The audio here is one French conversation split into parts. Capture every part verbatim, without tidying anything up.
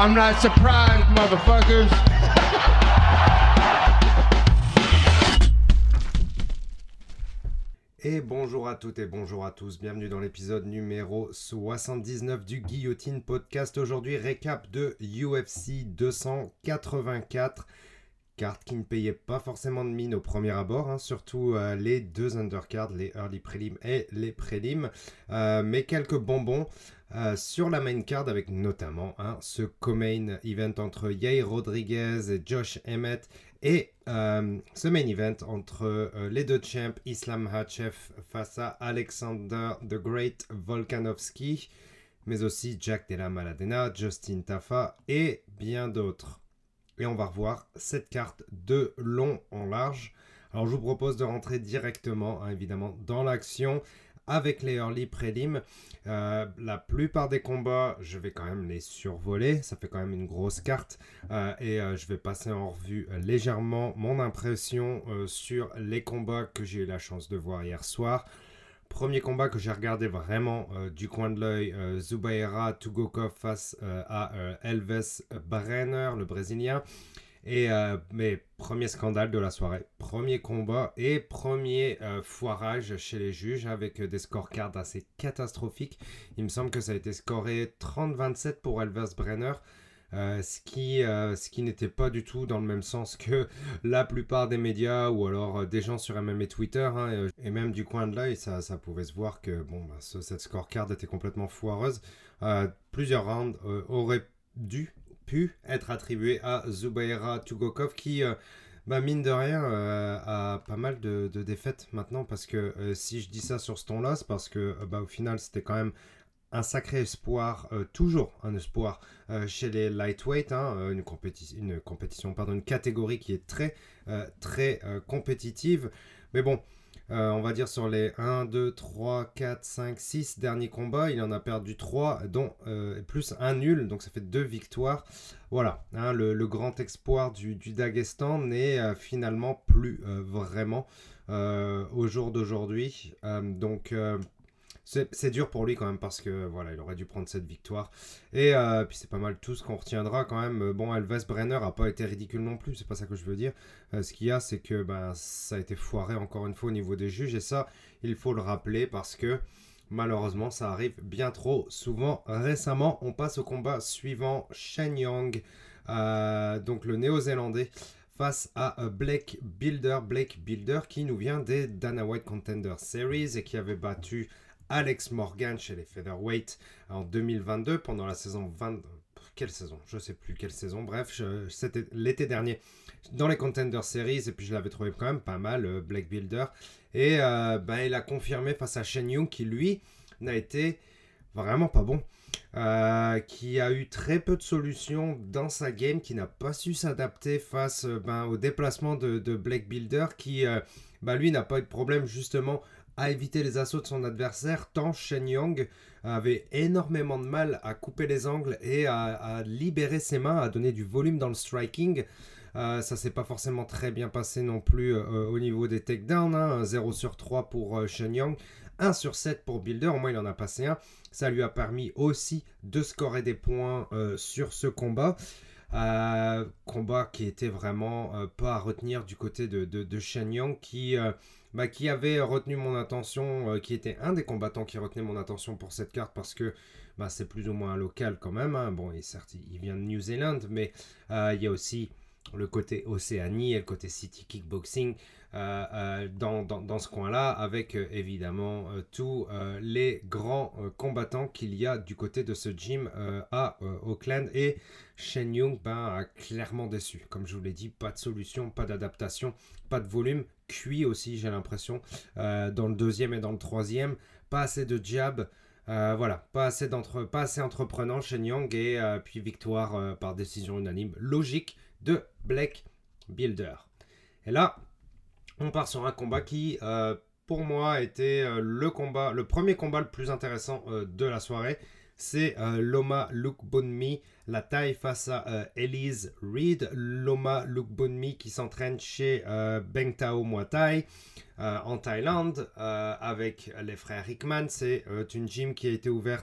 I'm not surprised, motherfuckers. Et bonjour à toutes et bonjour à tous, bienvenue dans l'épisode numéro soixante-dix-neuf du Guillotine Podcast. Aujourd'hui, récap de U F C deux cent quatre-vingt-quatre, carte qui ne payait pas forcément de mine au premier abord, hein, surtout euh, les deux undercards, les early prelim et les prélims, euh, mais quelques bonbons euh, sur la main card avec notamment hein, ce co-main event entre Yair Rodriguez et Josh Emmett. Et euh, ce main event entre euh, les deux champs, Islam Makhachev face à Alexander the Great Volkanovski, mais aussi Jack Della Maddalena, Justin Tafa et bien d'autres. Et on va revoir cette carte de long en large. Alors je vous propose de rentrer directement, hein, évidemment, dans l'action avec les early prélims. Euh, la plupart des combats, je vais quand même les survoler. Ça fait quand même une grosse carte. Euh, et euh, je vais passer en revue euh, légèrement mon impression euh, sur les combats que j'ai eu la chance de voir hier soir. Premier combat que j'ai regardé vraiment euh, du coin de l'œil, euh, Zubaira Tugokov face euh, à euh, Elves Brenner, le Brésilien. Et euh, mais premier scandale de la soirée, premier combat et premier euh, foirage chez les juges avec euh, des scorecards assez catastrophiques. Il me semble que ça a été scoré trente vingt-sept pour Elves Brenner. Euh, ce qui, euh, ce qui n'était pas du tout dans le même sens que la plupart des médias ou alors euh, des gens sur M M A et Twitter, hein, et, et même du coin de l'œil, ça, ça pouvait se voir que bon, bah, ce, cette scorecard était complètement foireuse. Euh, plusieurs rounds euh, auraient dû, pu être attribués à Zubaira Tugokov qui, euh, bah, mine de rien, euh, a pas mal de, de défaites maintenant parce que euh, si je dis ça sur ce ton-là, c'est parce que euh, bah, au final, c'était quand même un sacré espoir, euh, toujours un espoir euh, chez les lightweight, hein, une, compéti- une compétition, pardon, une catégorie qui est très, euh, très euh, compétitive. Mais bon, euh, on va dire sur les un, deux, trois, quatre, cinq, six derniers combats, il en a perdu trois, dont euh, plus un nul, donc ça fait deux victoires. Voilà, hein, le, le grand espoir du, du Daghestan n'est euh, finalement plus euh, vraiment euh, au jour d'aujourd'hui. Euh, donc... Euh, C'est, c'est dur pour lui quand même parce que voilà, il aurait dû prendre cette victoire. Et euh, puis c'est pas mal tout ce qu'on retiendra quand même. Bon, Elves Brenner a pas été ridicule non plus, c'est pas ça que je veux dire. Euh, ce qu'il y a, c'est que ben, ça a été foiré encore une fois au niveau des juges. Et ça, il faut le rappeler parce que malheureusement, ça arrive bien trop souvent. Récemment, on passe au combat suivant. Shen Young, euh, donc le néo-zélandais, face à uh, Blake Builder. Blake Builder qui nous vient des Dana White Contender Series et qui avait battu Alex Morgan chez les featherweight en deux mille vingt-deux pendant la saison vingt. Quelle saison? Je sais plus quelle saison. Bref, je, c'était l'été dernier dans les Contender Series et puis je l'avais trouvé quand même pas mal, euh, Blake Builder. Et euh, ben, il a confirmé face à Shen Young qui lui n'a été vraiment pas bon. Euh, qui a eu très peu de solutions dans sa game, qui n'a pas su s'adapter face euh, ben, au déplacement de, de Blake Builder, qui euh, ben, lui n'a pas eu de problème justement à éviter les assauts de son adversaire, tant Shen Young avait énormément de mal à couper les angles et à, à libérer ses mains, à donner du volume dans le striking. Euh, ça s'est pas forcément très bien passé non plus euh, au niveau des takedowns, hein. zéro sur trois pour euh, Shen Young, un sur sept pour Builder, au moins il en a passé un. Ça lui a permis aussi de scorer des points euh, sur ce combat. Euh, combat qui était vraiment euh, pas à retenir du côté de, de, de Shen Young qui, euh, bah, qui avait retenu mon attention, euh, qui était un des combattants qui retenait mon attention pour cette carte parce que bah, c'est plus ou moins un local quand même, hein. Bon, et certes il vient de New Zealand, mais euh, il y a aussi le côté Océanie et le côté City Kickboxing euh, euh, dans, dans, dans ce coin-là, avec euh, évidemment euh, tous euh, les grands euh, combattants qu'il y a du côté de ce gym euh, à euh, Auckland. Et Shen Young ben, a clairement déçu. Comme je vous l'ai dit, pas de solution, pas d'adaptation, pas de volume, cuit aussi j'ai l'impression, euh, dans le deuxième et dans le troisième, pas assez de jab. Euh, voilà, pas assez, d'entre... pas assez entreprenant Shen Young et euh, puis victoire euh, par décision unanime logique de Blake Builder. Et là, on part sur un combat qui, euh, pour moi, était euh, le combat, le premier combat le plus intéressant euh, de la soirée. C'est euh, Loma Lookboonmee, la Thaï face à euh, Elise Reed. Loma Lookboonmee qui s'entraîne chez euh, Beng Tao Muay Thai euh, en Thaïlande euh, avec les frères Hickman. C'est euh, une gym qui a été ouverte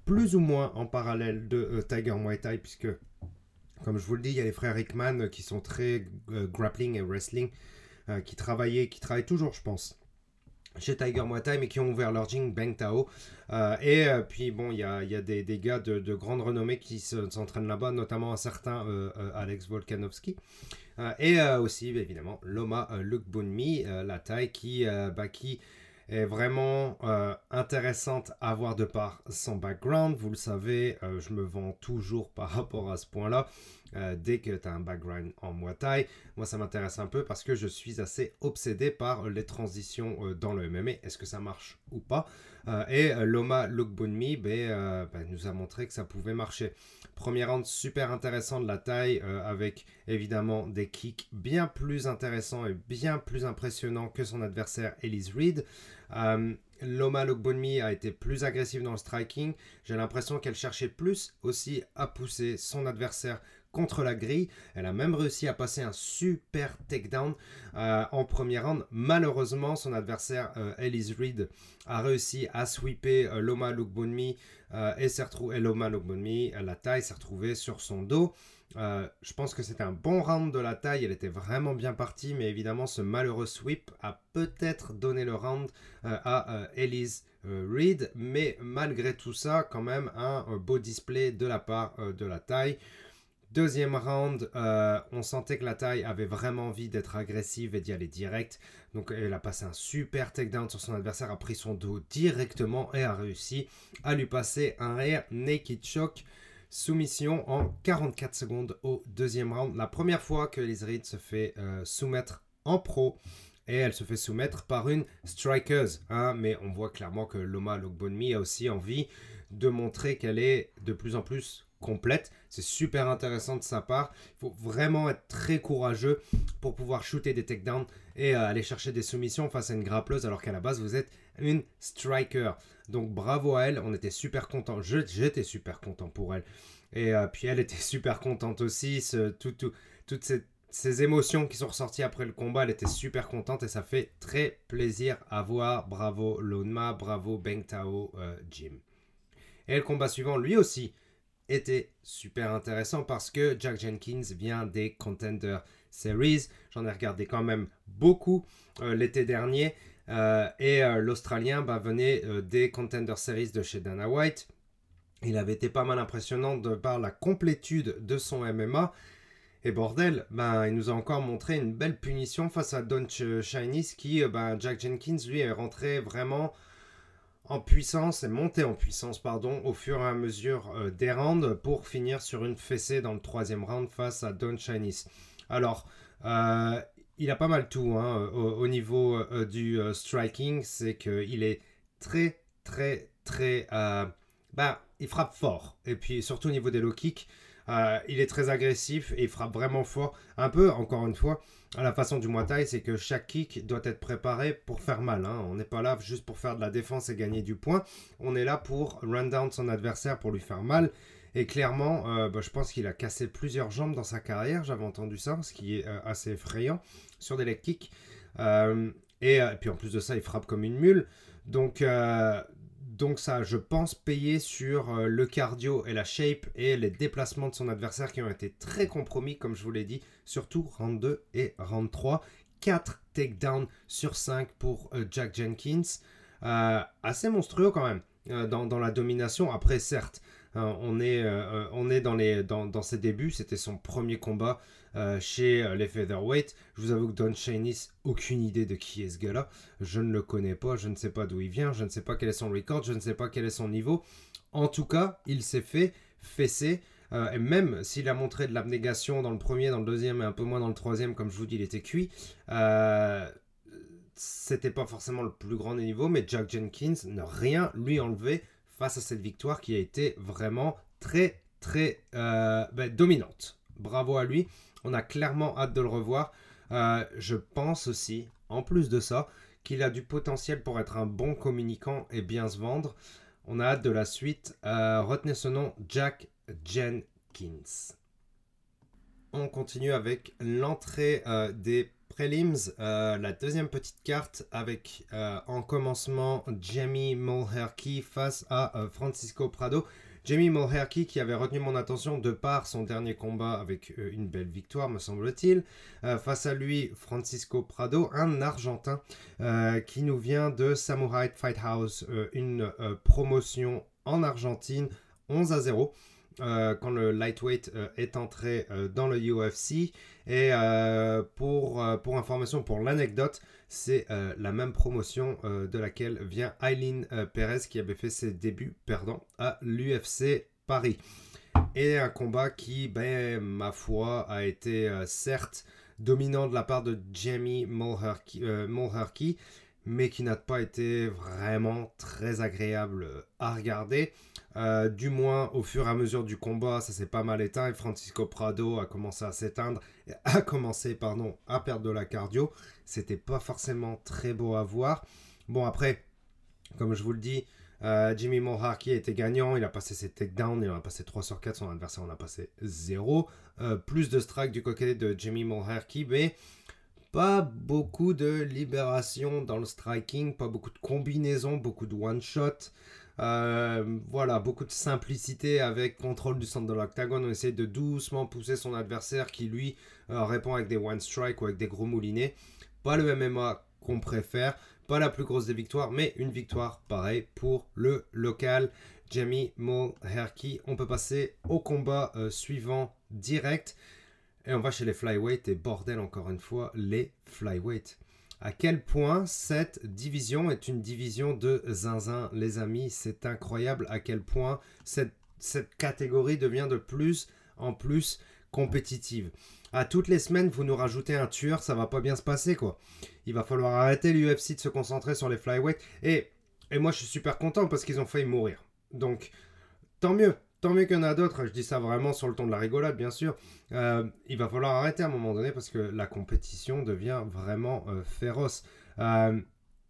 plus ou moins en parallèle de euh, Tiger Muay Thai, puisque, comme je vous le dis, il y a les frères Hickman euh, qui sont très euh, grappling et wrestling, euh, qui travaillaient, qui travaillent toujours, je pense, chez Tiger Muay Thai, mais qui ont ouvert leur gym Bang Tao. Euh, et euh, puis, bon, il y a, y a des, des gars de, de grande renommée qui se, s'entraînent là-bas, notamment un certain euh, euh, Alex Volkanovski. Euh, et euh, aussi, évidemment, Loma euh, Lookboonmee, euh, la Thaï, qui, euh, bah, qui est vraiment euh, intéressante à voir de par son background. Vous le savez, euh, je me vends toujours par rapport à ce point-là. Euh, dès que tu as un background en Muay Thai, moi ça m'intéresse un peu parce que je suis assez obsédé par les transitions euh, dans le M M A. Est-ce que ça marche ou pas? euh, Et euh, Loma Lookboonmee ben, euh, ben, nous a montré que ça pouvait marcher. Premier round super intéressant de la Thaï, euh, avec évidemment des kicks bien plus intéressants et bien plus impressionnants que son adversaire Elise Reed. Euh, Loma Lookboonmee a été plus agressive dans le striking. J'ai l'impression qu'elle cherchait plus aussi à pousser son adversaire contre la grille. Elle a même réussi à passer un super takedown euh, en premier round. Malheureusement, son adversaire euh, Elise Reed a réussi à sweeper euh, Loma Lookboonmee euh, et, s'est retrou- et Loma Lookboonmee, la Thaï, s'est retrouvée sur son dos. Euh, je pense que c'était un bon round de la Thaï, elle était vraiment bien partie, mais évidemment ce malheureux sweep a peut-être donné le round euh, à euh, Elise euh, Reed, mais malgré tout ça, quand même un, un beau display de la part euh, de la Thaï. Deuxième round, euh, on sentait que la Thaï avait vraiment envie d'être agressive et d'y aller direct. Donc elle a passé un super takedown sur son adversaire, a pris son dos directement et a réussi à lui passer un rear naked choke. Soumission en quarante-quatre secondes au deuxième round. La première fois que Elise Reed se fait euh, soumettre en pro. Et elle se fait soumettre par une strikeuse. Hein, mais on voit clairement que Loma Lookboonmee a aussi envie de montrer qu'elle est de plus en plus complète. C'est super intéressant de sa part. Il faut vraiment être très courageux pour pouvoir shooter des takedowns et euh, aller chercher des soumissions face à une grappleuse alors qu'à la base vous êtes une striker. Donc bravo à elle, on était super content. Je, j'étais super content pour elle. Et euh, puis elle était super contente aussi. Ce, tout, tout, toutes ces, ces émotions qui sont ressorties après le combat, elle était super contente et ça fait très plaisir à voir. Bravo Loma, bravo Bang Tao euh, Jim. Et le combat suivant, lui aussi, était super intéressant parce que Jack Jenkins vient des Contender Series. J'en ai regardé quand même beaucoup euh, l'été dernier. Euh, et euh, l'Australien bah, venait euh, des Contender Series de chez Dana White. Il avait été pas mal impressionnant de par la complétude de son M M A. Et bordel, bah, il nous a encore montré une belle punition face à Don Chinese qui, euh, bah, Jack Jenkins, lui, est rentré vraiment en puissance et monté en puissance pardon, au fur et à mesure euh, des rounds pour finir sur une fessée dans le troisième round face à Don Chinese. Alors, euh, il a pas mal tout hein, au, au niveau euh, du euh, striking, c'est qu'il est très très très... Euh, bah, il frappe fort. Et puis surtout au niveau des low kicks, euh, il est très agressif et il frappe vraiment fort. Un peu, encore une fois, à la façon du Muay Thai, c'est que chaque kick doit être préparé pour faire mal. Hein. On n'est pas là juste pour faire de la défense et gagner du point. On est là pour run down son adversaire, pour lui faire mal. Et clairement, euh, bah, je pense qu'il a cassé plusieurs jambes dans sa carrière. J'avais entendu ça, ce qui est euh, assez effrayant sur des leg kicks. Euh, et, euh, et puis en plus de ça, il frappe comme une mule. Donc... Euh, Donc ça, je pense, payer sur euh, le cardio et la shape et les déplacements de son adversaire qui ont été très compromis, comme je vous l'ai dit, surtout round deux et round trois. quatre takedowns sur cinq pour euh, Jack Jenkins. Euh, assez monstrueux quand même euh, dans, dans la domination. Après, certes, hein, on est, euh, on est dans, les, dans, dans ses débuts. C'était son premier combat euh, chez euh, les featherweight. Je vous avoue que Don Chinese, aucune idée de qui est ce gars-là. Je ne le connais pas, je ne sais pas d'où il vient, je ne sais pas quel est son record, je ne sais pas quel est son niveau. En tout cas, il s'est fait fesser. Euh, et même s'il a montré de l'abnégation dans le premier, dans le deuxième et un peu moins dans le troisième, comme je vous dis, il était cuit. Euh, c'était pas forcément le plus grand des niveaux, mais Jack Jenkins n'a rien lui enlevé face à cette victoire qui a été vraiment très très euh, ben, dominante. Bravo à lui, on a clairement hâte de le revoir. Euh, je pense aussi, en plus de ça, qu'il a du potentiel pour être un bon communicant et bien se vendre. On a hâte de la suite. Euh, retenez ce nom, Jack Jenkins. On continue avec l'entrée euh, des prelims, euh, la deuxième petite carte avec euh, en commencement Jamie Mulherkey face à euh, Francisco Prado. Jamie Mulherkey qui avait retenu mon attention de par son dernier combat avec euh, une belle victoire, me semble-t-il. Euh, face à lui, Francisco Prado, un Argentin euh, qui nous vient de Samurai Fight House, euh, une euh, promotion en Argentine, onze à zéro. Euh, quand le lightweight euh, est entré euh, dans le U F C. Et euh, pour, euh, pour information, pour l'anecdote, c'est euh, la même promotion euh, de laquelle vient Aileen euh, Perez qui avait fait ses débuts perdants à l'U F C Paris. Et un combat qui, ben, ma foi, a été euh, certes dominant de la part de Jamie Mulherkey, euh, Mulherkey, mais qui n'a pas été vraiment très agréable à regarder. Euh, du moins, au fur et à mesure du combat, ça s'est pas mal éteint et Francisco Prado a commencé à s'éteindre, a commencé pardon, à perdre de la cardio. C'était pas forcément très beau à voir. Bon, après, comme je vous le dis, euh, Jimmy Mulherkey était gagnant, il a passé ses takedowns, il en a passé trois sur quatre, son adversaire en a passé zéro. Euh, plus de strike du côté de Jimmy Mulherkey, mais pas beaucoup de libération dans le striking, pas beaucoup de combinaisons, beaucoup de one-shot. Euh, voilà, beaucoup de simplicité avec contrôle du centre de l'octagone. On essaie de doucement pousser son adversaire qui lui euh, répond avec des one strike ou avec des gros moulinets. Pas le M M A qu'on préfère, pas la plus grosse des victoires, mais une victoire pareil pour le local Jamie Mulherkey. On peut passer au combat euh, suivant direct et on va chez les flyweight et bordel encore une fois les flyweight. À quel point cette division est une division de zinzin, les amis. C'est incroyable à quel point cette, cette catégorie devient de plus en plus compétitive. À toutes les semaines, vous nous rajoutez un tueur, ça va pas bien se passer, quoi. Il va falloir arrêter l'U F C de se concentrer sur les flyweight. Et, et moi, je suis super content parce qu'ils ont failli mourir. Donc, tant mieux. Tant mieux qu'il y en a d'autres, je dis ça vraiment sur le ton de la rigolade, bien sûr. Euh, il va falloir arrêter à un moment donné parce que la compétition devient vraiment euh, féroce. Euh,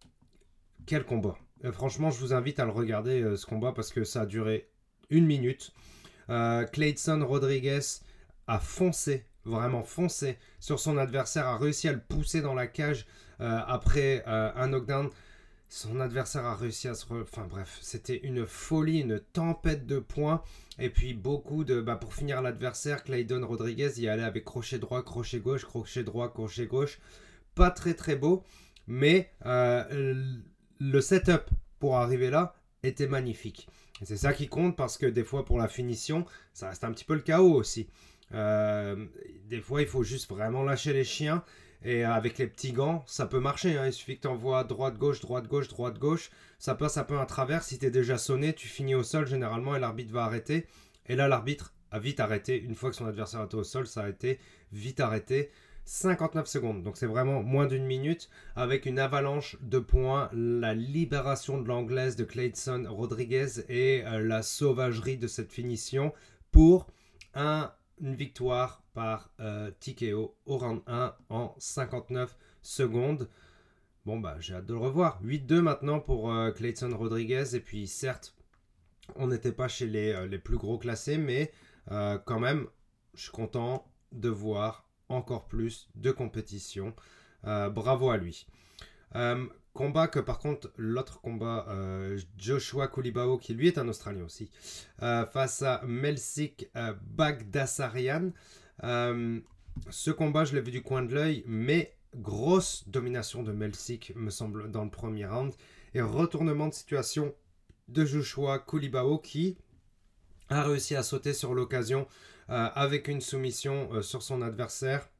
quel combat euh, Franchement, je vous invite à le regarder, euh, ce combat, parce que ça a duré une minute. Euh, Clayton Rodriguez a foncé, vraiment foncé sur son adversaire, a réussi à le pousser dans la cage euh, après euh, un knockdown. Son adversaire a réussi à se... Re... Enfin bref, c'était une folie, une tempête de points. Et puis beaucoup de... Bah, pour finir l'adversaire, Clayton Rodriguez, il allait avec crochet droit, crochet gauche, crochet droit, crochet gauche. Pas très très beau, mais euh, le setup pour arriver là était magnifique. Et c'est ça qui compte parce que des fois pour la finition, ça reste un petit peu le chaos aussi. Euh, des fois il faut juste vraiment lâcher les chiens. Et avec les petits gants, ça peut marcher. Hein. Il suffit que tu envoies droite-gauche, droite-gauche, droite-gauche. Ça passe un peu à travers. Si tu es déjà sonné, tu finis au sol généralement et l'arbitre va arrêter. Et là, l'arbitre a vite arrêté. Une fois que son adversaire était au sol, ça a été vite arrêté. cinquante-neuf secondes. Donc c'est vraiment moins d'une minute. Avec une avalanche de points. La libération de l'anglaise de Clayton Rodriguez et euh, la sauvagerie de cette finition pour un... une victoire par euh, T K O au round un en cinquante-neuf secondes. Bon, bah, j'ai hâte de le revoir. huit deux maintenant pour euh, Clayton Rodriguez. Et puis, certes, on n'était pas chez les, euh, les plus gros classés, mais euh, quand même, je suis content de voir encore plus de compétition. Euh, bravo à lui. Euh, combat que par contre, l'autre combat, euh, Joshua Coulibao, qui lui est un Australien aussi, euh, face à Melsik euh, Baghdasaryan. Euh, ce combat, je l'ai vu du coin de l'œil, mais grosse domination de Melsik, me semble, dans le premier round. Et retournement de situation de Joshua Coulibao qui a réussi à sauter sur l'occasion euh, avec une soumission euh, sur son adversaire.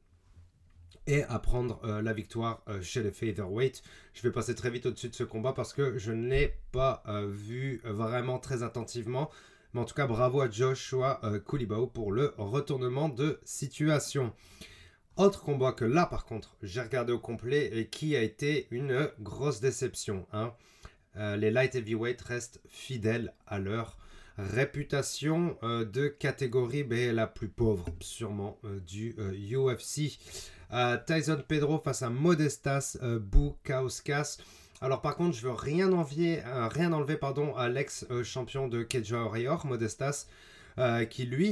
Et à prendre euh, la victoire euh, chez les featherweight. Je vais passer très vite au-dessus de ce combat parce que je ne l'ai pas euh, vu vraiment très attentivement. Mais en tout cas, bravo à Joshua euh, Coulibao pour le retournement de situation. Autre combat que là, par contre, j'ai regardé au complet et qui a été une grosse déception. Hein. Euh, les light heavyweight restent fidèles à leur réputation euh, de catégorie ben, la plus pauvre, sûrement, euh, du euh, U F C. Euh, Tyson Pedro face à Modestas euh, Bukauskas. Alors par contre, je veux rien envier, euh, rien enlever pardon, à l'ex-champion de Cage Warrior, Modestas, euh, qui lui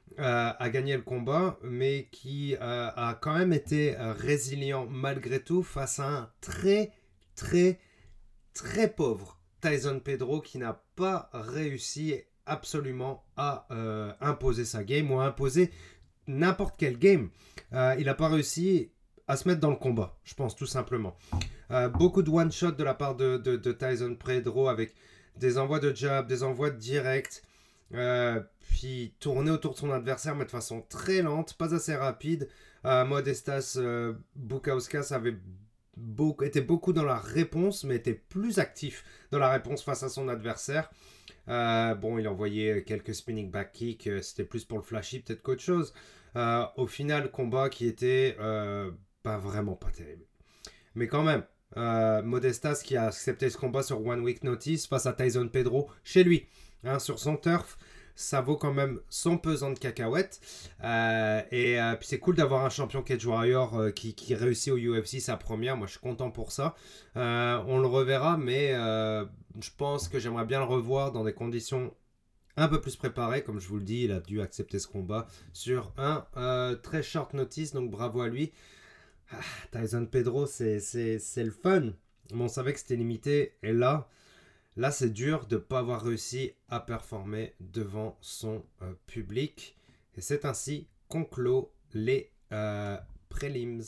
euh, a gagné le combat, mais qui euh, a quand même été euh, résilient malgré tout face à un très, très, très pauvre Tyson Pedro qui n'a pas réussi absolument à euh, imposer sa game ou à imposer n'importe quel game. Euh, il n'a pas réussi à se mettre dans le combat, je pense tout simplement. Euh, beaucoup de one-shot de la part de, de, de Tyson Pedro avec des envois de jab, des envois de direct, euh, puis tourner autour de son adversaire mais de façon très lente, pas assez rapide. Euh, Modestas euh, Bukauskas avait beaucoup, était beaucoup dans la réponse mais était plus actif dans la réponse face à son adversaire. Euh, bon, il envoyait quelques spinning back kicks, euh, c'était plus pour le flashy peut-être qu'autre chose. Euh, au final, combat qui était euh, pas vraiment pas terrible. Mais quand même, euh, Modestas qui a accepté ce combat sur One Week Notice face à Tyson Pedro chez lui, hein, sur son turf, ça vaut quand même son pesant de cacahuètes. Euh, et euh, puis c'est cool d'avoir un champion Cage Warrior euh, qui, qui réussit au U F C sa première. Moi, je suis content pour ça. Euh, on le reverra, mais euh, je pense que j'aimerais bien le revoir dans des conditions un peu plus préparées. Comme je vous le dis, il a dû accepter ce combat sur un euh, très short notice, donc bravo à lui. Ah, Tyson Pedro, c'est, c'est, c'est le fun. Mais on savait que c'était limité. Et là, là c'est dur de ne pas avoir réussi à performer devant son euh, public. Et c'est ainsi qu'on clôt les euh, prelims.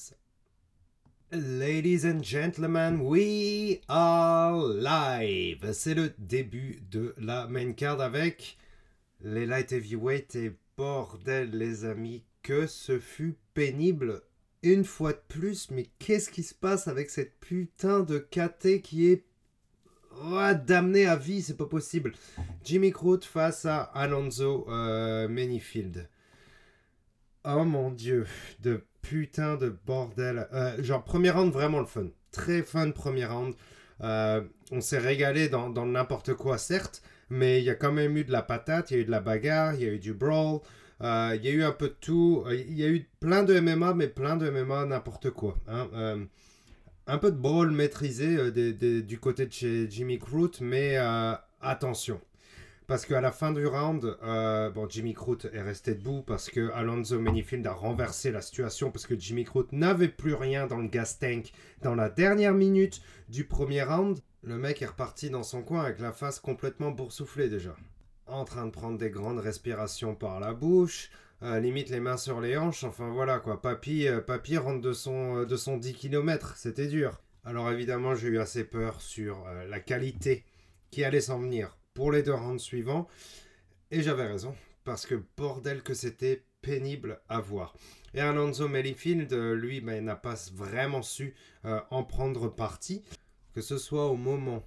Ladies and gentlemen, we are live. C'est le début de la main card avec les light heavyweight. Et bordel les amis, que ce fut pénible. Une fois de plus, mais qu'est-ce qui se passe avec cette putain de K T qui est oh, damné à vie, c'est pas possible. Jimmy Crute face à Alonzo euh, Menifield. Oh mon dieu, de putain de bordel. Euh, genre, premier round, vraiment le fun. Très fun, premier round. Euh, on s'est régalé dans, dans n'importe quoi, certes, mais il y a quand même eu de la patate, il y a eu de la bagarre, il y a eu du brawl. Euh, il y a eu un peu de tout. Il y a eu plein de M M A, mais plein de M M A n'importe quoi. Hein. Euh, un peu de brawl maîtrisé euh, des, des, du côté de chez Jimmy Crute, mais euh, attention. Parce qu'à la fin du round, euh, bon, Jimmy Crute est resté debout parce que Alonzo Menifield a renversé la situation parce que Jimmy Crute n'avait plus rien dans le gas tank dans la dernière minute du premier round. Le mec est reparti dans son coin avec la face complètement boursouflée déjà. En train de prendre des grandes respirations par la bouche, euh, limite les mains sur les hanches, enfin voilà quoi, papy, euh, papy rentre de son, euh, de son dix kilomètres, c'était dur. Alors évidemment j'ai eu assez peur sur euh, la qualité qui allait s'en venir pour les deux rounds suivants, et j'avais raison, parce que bordel que c'était pénible à voir. Et Alonzo Menifield, lui, bah, n'a pas vraiment su euh, en prendre parti, que ce soit au moment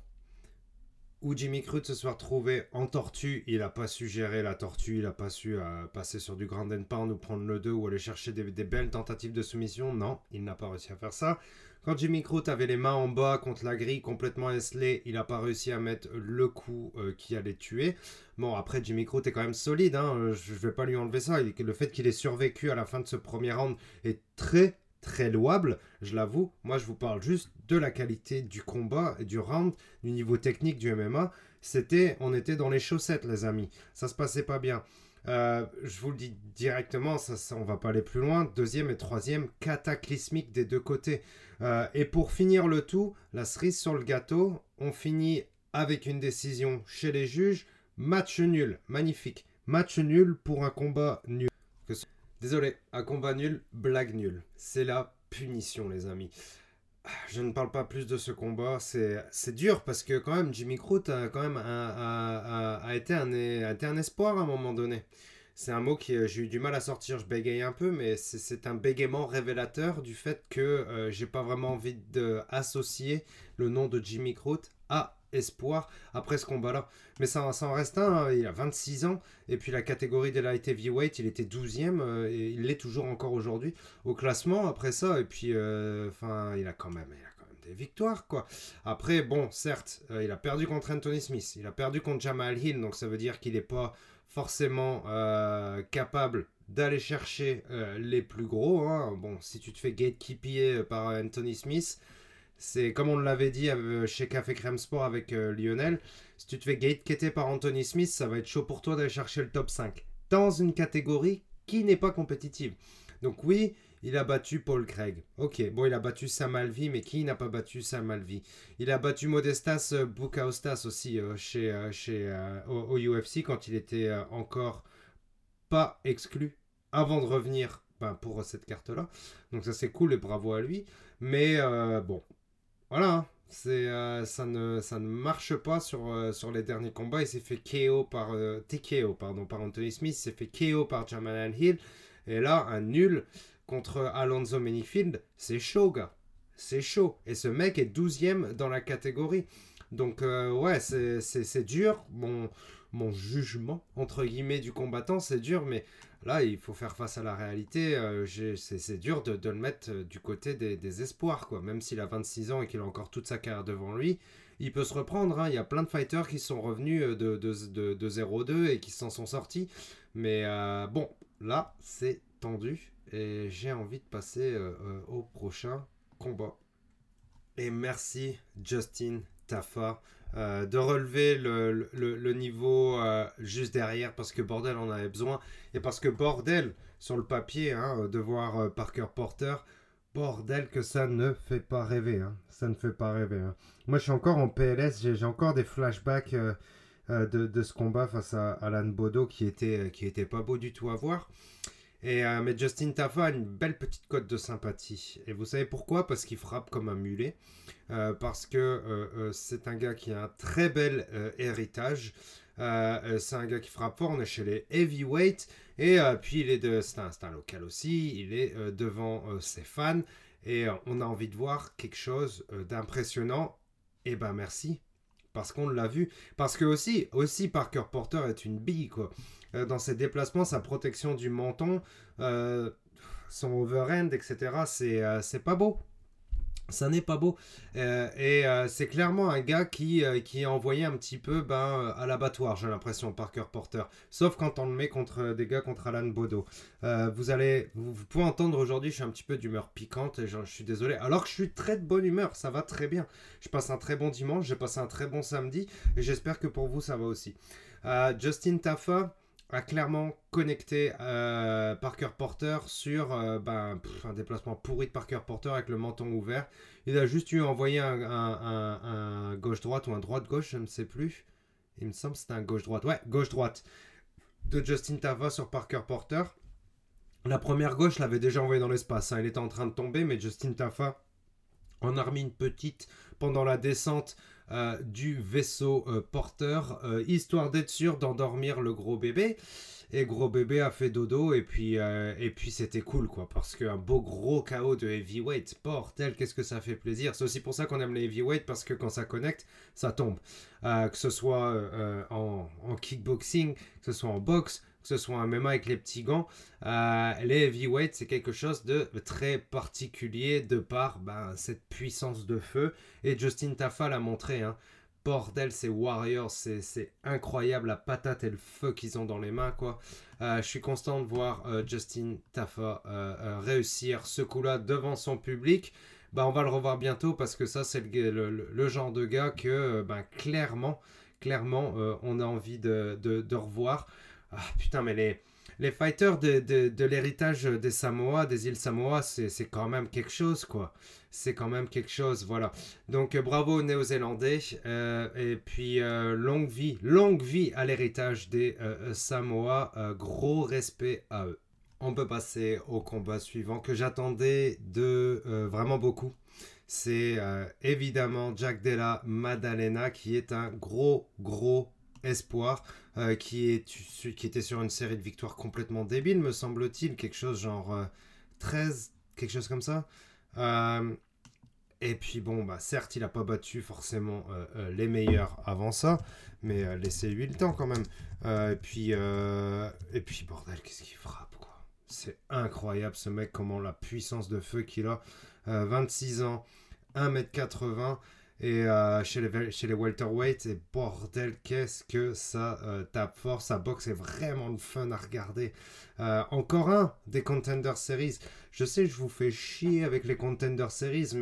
où Jimmy Crute se soit retrouvé en tortue, il n'a pas su gérer la tortue, il n'a pas su euh, passer sur du ground and pound ou prendre le deux ou aller chercher des, des belles tentatives de soumission. Non, il n'a pas réussi à faire ça. Quand Jimmy Crute avait les mains en bas contre la grille complètement esselée, il n'a pas réussi à mettre le coup euh, qui allait tuer. Bon, après, Jimmy Crute est quand même solide, hein, je ne vais pas lui enlever ça. Il, le fait qu'il ait survécu à la fin de ce premier round est très très louable, je l'avoue. Moi, je vous parle juste de la qualité du combat et du round, du niveau technique du M M A. C'était, on était dans les chaussettes, les amis. Ça se passait pas bien. Euh, je vous le dis directement, ça, ça, on va pas aller plus loin. Deuxième et troisième, cataclysmique des deux côtés. Euh, et pour finir le tout, la cerise sur le gâteau, on finit avec une décision chez les juges. Match nul, magnifique. Match nul pour un combat nul. Que ce... Désolé, un combat nul, blague nulle. C'est la punition, les amis. Je ne parle pas plus de ce combat. C'est, c'est dur parce que quand même, Jimmy Crute a quand même un, a, a, a été un, a été un espoir à un moment donné. C'est un mot que j'ai eu du mal à sortir, je bégaye un peu, mais c'est, c'est un bégaiement révélateur du fait que euh, j'ai pas vraiment envie d'associer le nom de Jimmy Crute à espoir après ce combat-là. Mais ça, ça en reste un, hein. Il a vingt-six ans, et puis la catégorie des light heavyweight, il était douzième, euh, et il l'est toujours encore aujourd'hui au classement après ça, et puis enfin, euh, il a quand même... Il a quand même des victoires, quoi. Après, bon, certes, euh, il a perdu contre Anthony Smith, il a perdu contre Jamal Hill, donc ça veut dire qu'il n'est pas forcément euh, capable d'aller chercher euh, les plus gros. Hein. Bon, si tu te fais gatekeeper par Anthony Smith, c'est comme on l'avait dit euh, chez Café Crème Sport avec euh, Lionel, si tu te fais gatekeeper par Anthony Smith, ça va être chaud pour toi d'aller chercher le top cinq. dans une catégorie qui n'est pas compétitive. Donc oui, il a battu Paul Craig. Ok, bon, il a battu Sam Alvey, mais qui n'a pas battu Sam Alvey? Il a battu Modestas euh, Bukauskas aussi euh, chez, euh, chez, euh, au, au U F C quand il était euh, encore pas exclu avant de revenir ben, pour cette carte-là. Donc ça, c'est cool et bravo à lui. Mais euh, bon, voilà, hein. C'est, euh, ça, ne, ça ne marche pas sur, euh, sur les derniers combats. Il s'est fait K O par, euh, T K O pardon, par Anthony Smith. Il s'est fait K O par Jamal Hill. Et là, un nul contre Alonzo Menifield, c'est chaud, gars. C'est chaud. Et ce mec est douzième dans la catégorie. Donc, euh, ouais, c'est, c'est, c'est dur. Mon, mon jugement, entre guillemets, du combattant, c'est dur. Mais là, il faut faire face à la réalité. Euh, j'ai, c'est, c'est dur de, de le mettre du côté des, des espoirs, quoi. Même s'il a vingt-six ans et qu'il a encore toute sa carrière devant lui, il peut se reprendre. Hein. Il y a plein de fighters qui sont revenus de, de, de, de zéro deux et qui s'en sont sortis. Mais euh, bon, là, c'est tendu. Et j'ai envie de passer euh, euh, au prochain combat. Et merci Justin Tafa euh, de relever le, le, le niveau euh, juste derrière parce que bordel on avait besoin. Et parce que bordel sur le papier hein, de voir euh, Parker Porter, bordel que ça ne fait pas rêver. Hein. Ça ne fait pas rêver. Hein. Moi je suis encore en P L S, j'ai, j'ai encore des flashbacks euh, euh, de, de ce combat face à Alan Bodo qui était, qui était pas beau du tout à voir. Et, euh, mais Justin Tafa a une belle petite cote de sympathie. Et vous savez pourquoi? Parce qu'il frappe comme un mulet. Euh, parce que euh, euh, c'est un gars qui a un très bel euh, héritage. Euh, euh, c'est un gars qui frappe fort. On est chez les heavyweights. Et euh, puis, il est de, c'est, un, c'est un local aussi. Il est euh, devant euh, ses fans. Et euh, on a envie de voir quelque chose euh, d'impressionnant. Et ben merci. Parce qu'on l'a vu. Parce que aussi, aussi Parker Porter est une bille, quoi. Euh, dans ses déplacements, sa protection du menton, euh, son overhand, et cetera, c'est, euh, c'est pas beau. Ça n'est pas beau. Euh, et euh, c'est clairement un gars qui, euh, qui est envoyé un petit peu ben, à l'abattoir, j'ai l'impression, Parker Porter. Sauf quand on le met contre des gars contre Alan Bodo. Euh, vous, allez, vous, vous pouvez entendre aujourd'hui, je suis un petit peu d'humeur piquante, et je, je suis désolé. Alors que je suis très de bonne humeur, ça va très bien. Je passe un très bon dimanche, j'ai passé un très bon samedi, et j'espère que pour vous, ça va aussi. Euh, Justin Tafa a clairement connecté euh, Parker Porter sur euh, ben, pff, un déplacement pourri de Parker Porter avec le menton ouvert. Il a juste eu envoyé un, un, un, un gauche-droite ou un droite-gauche, je ne sais plus. Il me semble que c'était un gauche-droite. Ouais, gauche-droite de Justin Tafa sur Parker Porter. La première gauche l'avait déjà envoyé dans l'espace. Hein. Il était en train de tomber, mais Justin Tafa en a remis une petite pendant la descente euh, du vaisseau euh, porteur, euh, histoire d'être sûr d'endormir le gros bébé. Et gros bébé a fait dodo, et puis, euh, et puis c'était cool, quoi, parce qu'un beau gros K O de heavyweight, bordel, qu'est-ce que ça fait plaisir. C'est aussi pour ça qu'on aime les heavyweight, parce que quand ça connecte, ça tombe. Euh, que ce soit euh, en, en kickboxing, que ce soit en boxe, que ce soit un M M A avec les petits gants, euh, les heavyweights, c'est quelque chose de très particulier de par ben, cette puissance de feu. Et Justin Tafa l'a montré, hein. Bordel, ces Warriors, c'est, c'est incroyable la patate et le feu qu'ils ont dans les mains, quoi. Euh, je suis content de voir euh, Justin Tafa euh, euh, réussir ce coup-là devant son public. Bah, on va le revoir bientôt parce que ça, c'est le, le, le genre de gars que, ben, clairement, clairement, euh, on a envie de, de, de revoir. Ah, putain, mais les, les fighters de, de, de l'héritage des Samoa, des îles Samoa, c'est, c'est quand même quelque chose, quoi. C'est quand même quelque chose, voilà. Donc, euh, bravo aux Néo-Zélandais. Euh, et puis, euh, longue vie, longue vie à l'héritage des euh, Samoa. Euh, gros respect à eux. On peut passer au combat suivant que j'attendais de euh, vraiment beaucoup. C'est euh, évidemment Jack Della Maddalena qui est un gros, gros espoir. Euh, qui, est, qui était sur une série de victoires complètement débile, me semble-t-il. Quelque chose genre euh, treize, quelque chose comme ça. Euh, et puis bon, bah, certes, il n'a pas battu forcément euh, euh, les meilleurs avant ça, mais euh, laissez-lui le temps quand même. Euh, et, puis, euh, et puis, bordel, qu'est-ce qu'il frappe, quoi. C'est incroyable, ce mec, comment la puissance de feu qu'il a. Euh, vingt-six ans, un mètre quatre-vingts. Et euh, chez, les, chez les welterweights, et bordel, qu'est-ce que ça euh, tape fort. Sa boxe est vraiment le fun à regarder. Euh, encore un des Contender Series. Je sais, je vous fais chier avec les Contender Series, mais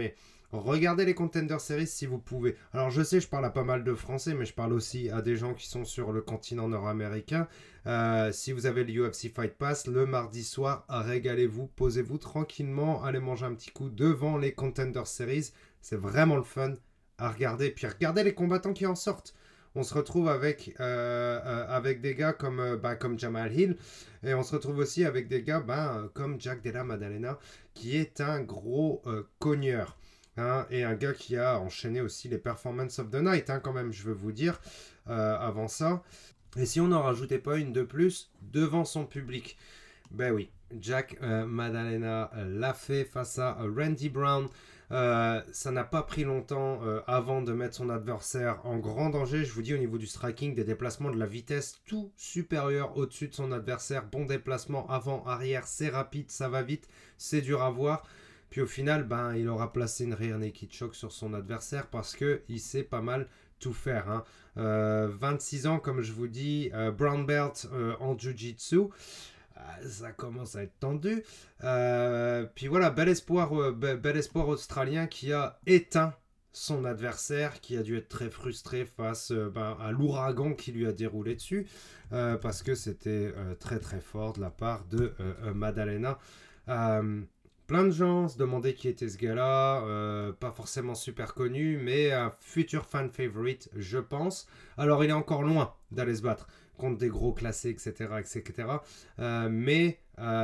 Regardez les Contender Series si vous pouvez. Alors je sais, je parle à pas mal de Français, mais je parle aussi à des gens qui sont sur le continent nord-américain. Euh, si vous avez le U F C Fight Pass, le mardi soir, régalez-vous, posez-vous tranquillement, allez manger un petit coup devant les Contender Series. C'est vraiment le fun à regarder. Puis regardez les combattants qui en sortent. On se retrouve avec, euh, euh, avec des gars comme, euh, bah, comme Jamal Hill. Et on se retrouve aussi avec des gars bah, euh, comme Jack Della Maddalena, qui est un gros euh, cogneur. Hein, et un gars qui a enchaîné aussi les Performance of the Night, hein, quand même, je veux vous dire, euh, avant ça. Et si on n'en rajoutait pas une de plus, devant son public. Ben oui, Jack euh, Maddalena euh, l'a fait face à euh, Randy Brown. Euh, ça n'a pas pris longtemps euh, avant de mettre son adversaire en grand danger. Je vous dis, au niveau du striking, des déplacements, de la vitesse, tout supérieur au-dessus de son adversaire. Bon déplacement avant, arrière, c'est rapide, ça va vite, c'est dur à voir. Puis au final, ben, il aura placé une rear naked choke sur son adversaire parce qu'il sait pas mal tout faire. Hein. Euh, vingt-six ans, comme je vous dis, euh, brown belt euh, en jiu-jitsu. Euh, ça commence à être tendu. Euh, puis voilà, bel espoir, euh, bel espoir australien qui a éteint son adversaire, qui a dû être très frustré face euh, ben, à l'ouragan qui lui a déroulé dessus, euh, parce que c'était euh, très très fort de la part de euh, euh, Maddalena. Euh, Plein de gens se demandaient qui était ce gars-là, euh, pas forcément super connu, mais un futur fan favorite, je pense. Alors il est encore loin d'aller se battre contre des gros classés, et cetera, et cetera. Euh, mais,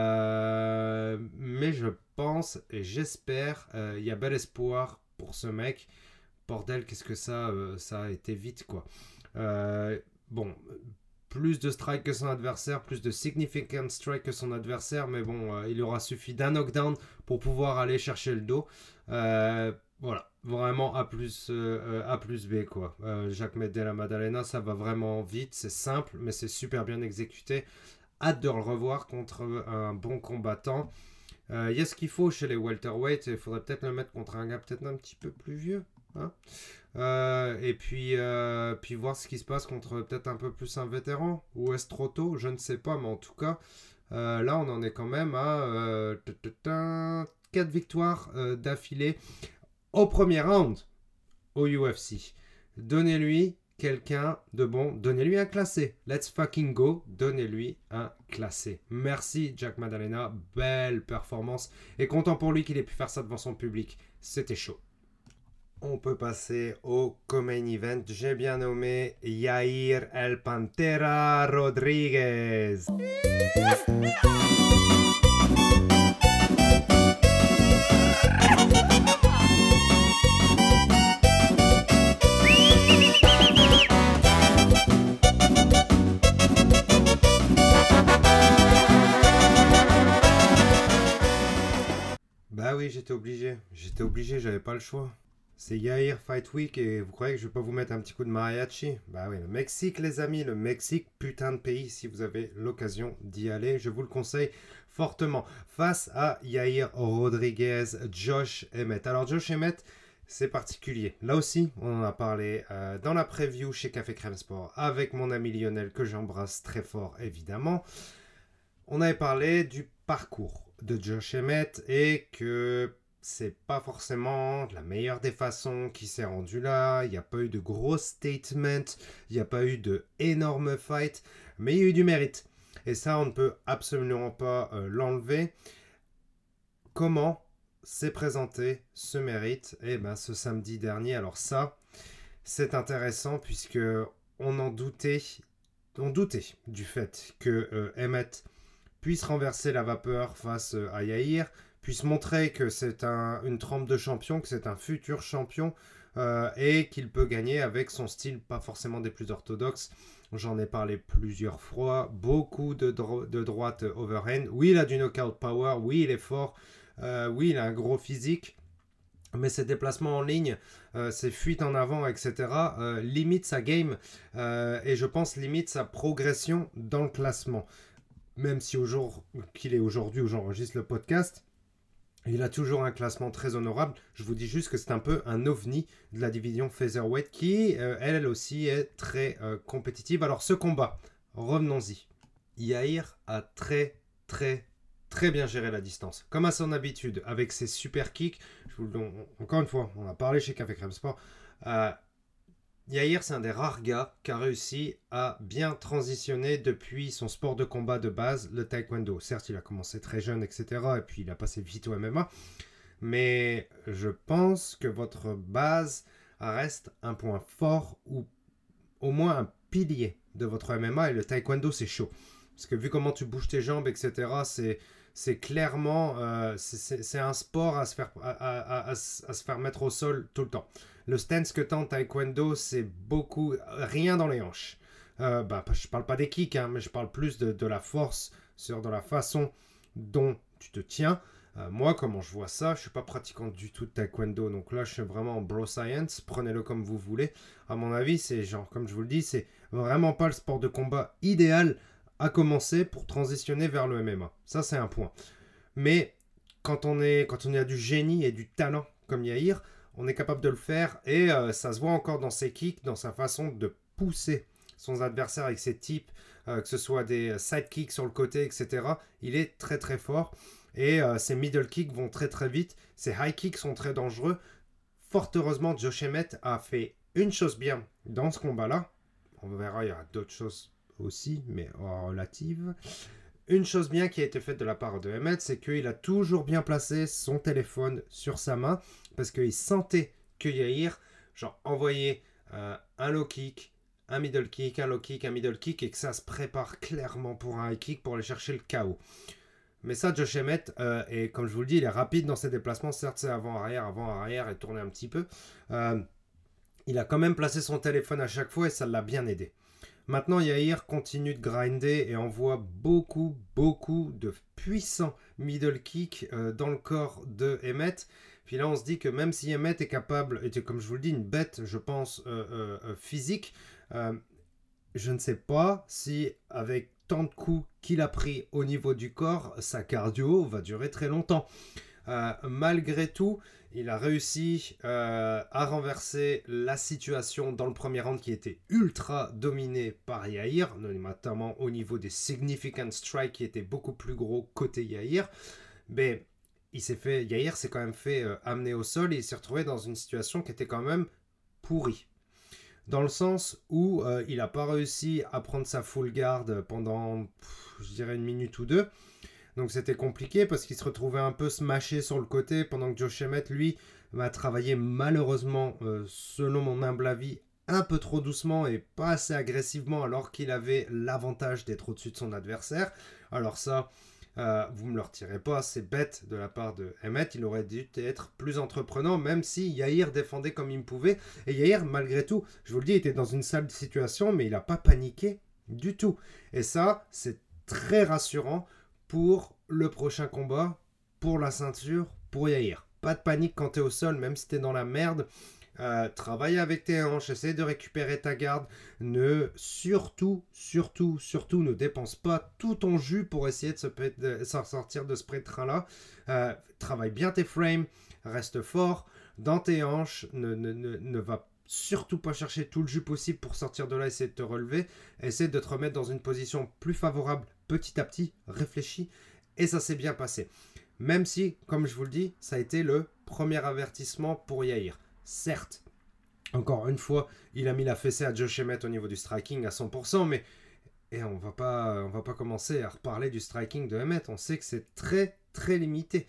euh, mais je pense et j'espère, il euh, y a bel espoir pour ce mec. Bordel, qu'est-ce que ça, euh, ça a été vite, quoi. Euh, bon... Plus de strike que son adversaire, plus de significant strike que son adversaire, mais bon, euh, il aura suffi d'un knockdown pour pouvoir aller chercher le dos. Euh, voilà, vraiment A plus, euh, A plus B, quoi. Euh, Jack Della Maddalena, ça va vraiment vite, c'est simple, mais c'est super bien exécuté. Hâte de le revoir contre un bon combattant. Il euh, y a ce qu'il faut chez les welterweights, il faudrait peut-être le mettre contre un gars peut-être un petit peu plus vieux. Hein euh, et puis, euh, puis voir ce qui se passe contre peut-être un peu plus un vétéran, ou est-ce trop tôt, je ne sais pas, mais en tout cas, euh, là on en est quand même à euh, quatre victoires euh, d'affilée au premier round au U F C. Donnez-lui quelqu'un de bon, donnez-lui un classé, let's fucking go, donnez-lui un classé. Merci Jack Maddalena, belle performance, et content pour lui qu'il ait pu faire ça devant son public, c'était chaud. On peut passer au co-main event. J'ai bien nommé Yair El Pantera Rodriguez. Bah oui, j'étais obligé. J'étais obligé, j'avais pas le choix. C'est Yair Fight Week et vous croyez que je vais pas vous mettre un petit coup de mariachi? Bah oui, le Mexique les amis, le Mexique, putain de pays, si vous avez l'occasion d'y aller, je vous le conseille fortement. Face à Yair Rodriguez, Josh Emmett. Alors Josh Emmett, c'est particulier. Là aussi, on en a parlé euh, dans la preview chez Café Crème Sport avec mon ami Lionel que j'embrasse très fort évidemment. On avait parlé du parcours de Josh Emmett et que c'est pas forcément la meilleure des façons qui s'est rendu là. Il n'y a pas eu de gros statements, il n'y a pas eu de énormes fights, mais il y a eu du mérite. Et ça, on ne peut absolument pas euh, l'enlever. Comment s'est présenté ce mérite? Eh ben, ce samedi dernier. Alors ça, c'est intéressant puisque on en doutait, on doutait du fait que euh, Emmett puisse renverser la vapeur face euh, à Yair, puisse montrer que c'est un, une trempe de champion, que c'est un futur champion euh, et qu'il peut gagner avec son style pas forcément des plus orthodoxes. J'en ai parlé plusieurs fois, beaucoup de, dro- de droite overhand. Oui, il a du knockout power, oui, il est fort, euh, oui, il a un gros physique, mais ses déplacements en ligne, euh, ses fuites en avant, et cetera, euh, limite sa game euh, et je pense limite sa progression dans le classement. Même si au jour qu'il est aujourd'hui où j'enregistre le podcast, il a toujours un classement très honorable. Je vous dis juste que c'est un peu un ovni de la division featherweight qui, euh, elle aussi, est très euh, compétitive. Alors ce combat, revenons-y. Yair a très, très, très bien géré la distance. Comme à son habitude, avec ses super kicks. Je vous, on, encore une fois, on a parlé chez Café Crème Sport. Euh, Yair, c'est un des rares gars qui a réussi à bien transitionner depuis son sport de combat de base, le taekwondo. Certes, il a commencé très jeune, et cetera. Et puis, il a passé vite au M M A. Mais je pense que votre base reste un point fort ou au moins un pilier de votre M M A. Et le taekwondo, c'est chaud. Parce que vu comment tu bouges tes jambes, et cetera, c'est... C'est clairement, euh, c'est, c'est, c'est un sport à se, faire, à, à, à, à, à se faire mettre au sol tout le temps. Le stance que t'as en taekwondo, c'est beaucoup, rien dans les hanches. Euh, bah, je parle pas des kicks, hein, mais je parle plus de, de la force, sur de la façon dont tu te tiens. Euh, moi, comment je vois ça, je suis pas pratiquant du tout de taekwondo, donc là, je suis vraiment en bro science. Prenez-le comme vous voulez. À mon avis, c'est genre, comme je vous le dis, c'est vraiment pas le sport de combat idéal à commencer pour transitionner vers le M M A. Ça, c'est un point. Mais quand on, est, quand on a du génie et du talent comme Yair, on est capable de le faire et euh, ça se voit encore dans ses kicks, dans sa façon de pousser son adversaire avec ses types, euh, que ce soit des side kicks sur le côté, et cetera. Il est très très fort et euh, ses middle kicks vont très très vite. Ses high kicks sont très dangereux. Fort heureusement, Josh Emmett a fait une chose bien dans ce combat-là. On verra, il y a d'autres choses aussi, mais relative. Une chose bien qui a été faite de la part de Emmett, c'est qu'il a toujours bien placé son téléphone sur sa main, parce qu'il sentait que Yair, genre, envoyait euh, un low kick, un middle kick, un low kick, un middle kick, et que ça se prépare clairement pour un high kick pour aller chercher le K O. Mais ça, Josh Emmett, euh, et comme je vous le dis, il est rapide dans ses déplacements, certes c'est avant-arrière, avant-arrière, et tourner un petit peu. Euh, il a quand même placé son téléphone à chaque fois, et ça l'a bien aidé. Maintenant, Yair continue de grinder et envoie beaucoup, beaucoup de puissants middle kicks euh, dans le corps de Emmett. Puis là, on se dit que même si Emmett est capable, et comme je vous le dis, une bête, je pense, euh, euh, physique, euh, je ne sais pas si avec tant de coups qu'il a pris au niveau du corps, sa cardio va durer très longtemps. Euh, malgré tout, il a réussi euh, à renverser la situation dans le premier round qui était ultra dominé par Yair, notamment au niveau des significant strikes qui étaient beaucoup plus gros côté Yair. Mais il s'est fait, Yair s'est quand même fait euh, amener au sol et il s'est retrouvé dans une situation qui était quand même pourrie. Dans le sens où euh, il n'a pas réussi à prendre sa full guard pendant, pff, je dirais, une minute ou deux. Donc c'était compliqué parce qu'il se retrouvait un peu smashé sur le côté pendant que Josh Emmett, lui, va travailler malheureusement, euh, selon mon humble avis, un peu trop doucement et pas assez agressivement alors qu'il avait l'avantage d'être au-dessus de son adversaire. Alors ça, euh, vous ne me le retirez pas, c'est bête de la part de Emmett. Il aurait dû être plus entreprenant même si Yair défendait comme il pouvait. Et Yair, malgré tout, je vous le dis, était dans une sale situation mais il n'a pas paniqué du tout. Et ça, c'est très rassurant pour le prochain combat, pour la ceinture, pour Yair. Pas de panique quand t'es au sol, même si t'es dans la merde. Euh, travaille avec tes hanches, essaie de récupérer ta garde. Ne surtout, surtout, surtout ne dépense pas tout ton jus pour essayer de, se, de sortir de ce pré-train-là. Euh, travaille bien tes frames, reste fort dans tes hanches, ne, ne, ne, ne va surtout pas chercher tout le jus possible pour sortir de là, essayer de te relever, essaie de te remettre dans une position plus favorable petit à petit, réfléchis, et ça s'est bien passé. Même si, comme je vous le dis, ça a été le premier avertissement pour Yair. Certes, encore une fois, il a mis la fessée à Josh Emmett au niveau du striking à cent pour cent, mais et on va pas, on va pas commencer à reparler du striking de Emmett, on sait que c'est très très limité.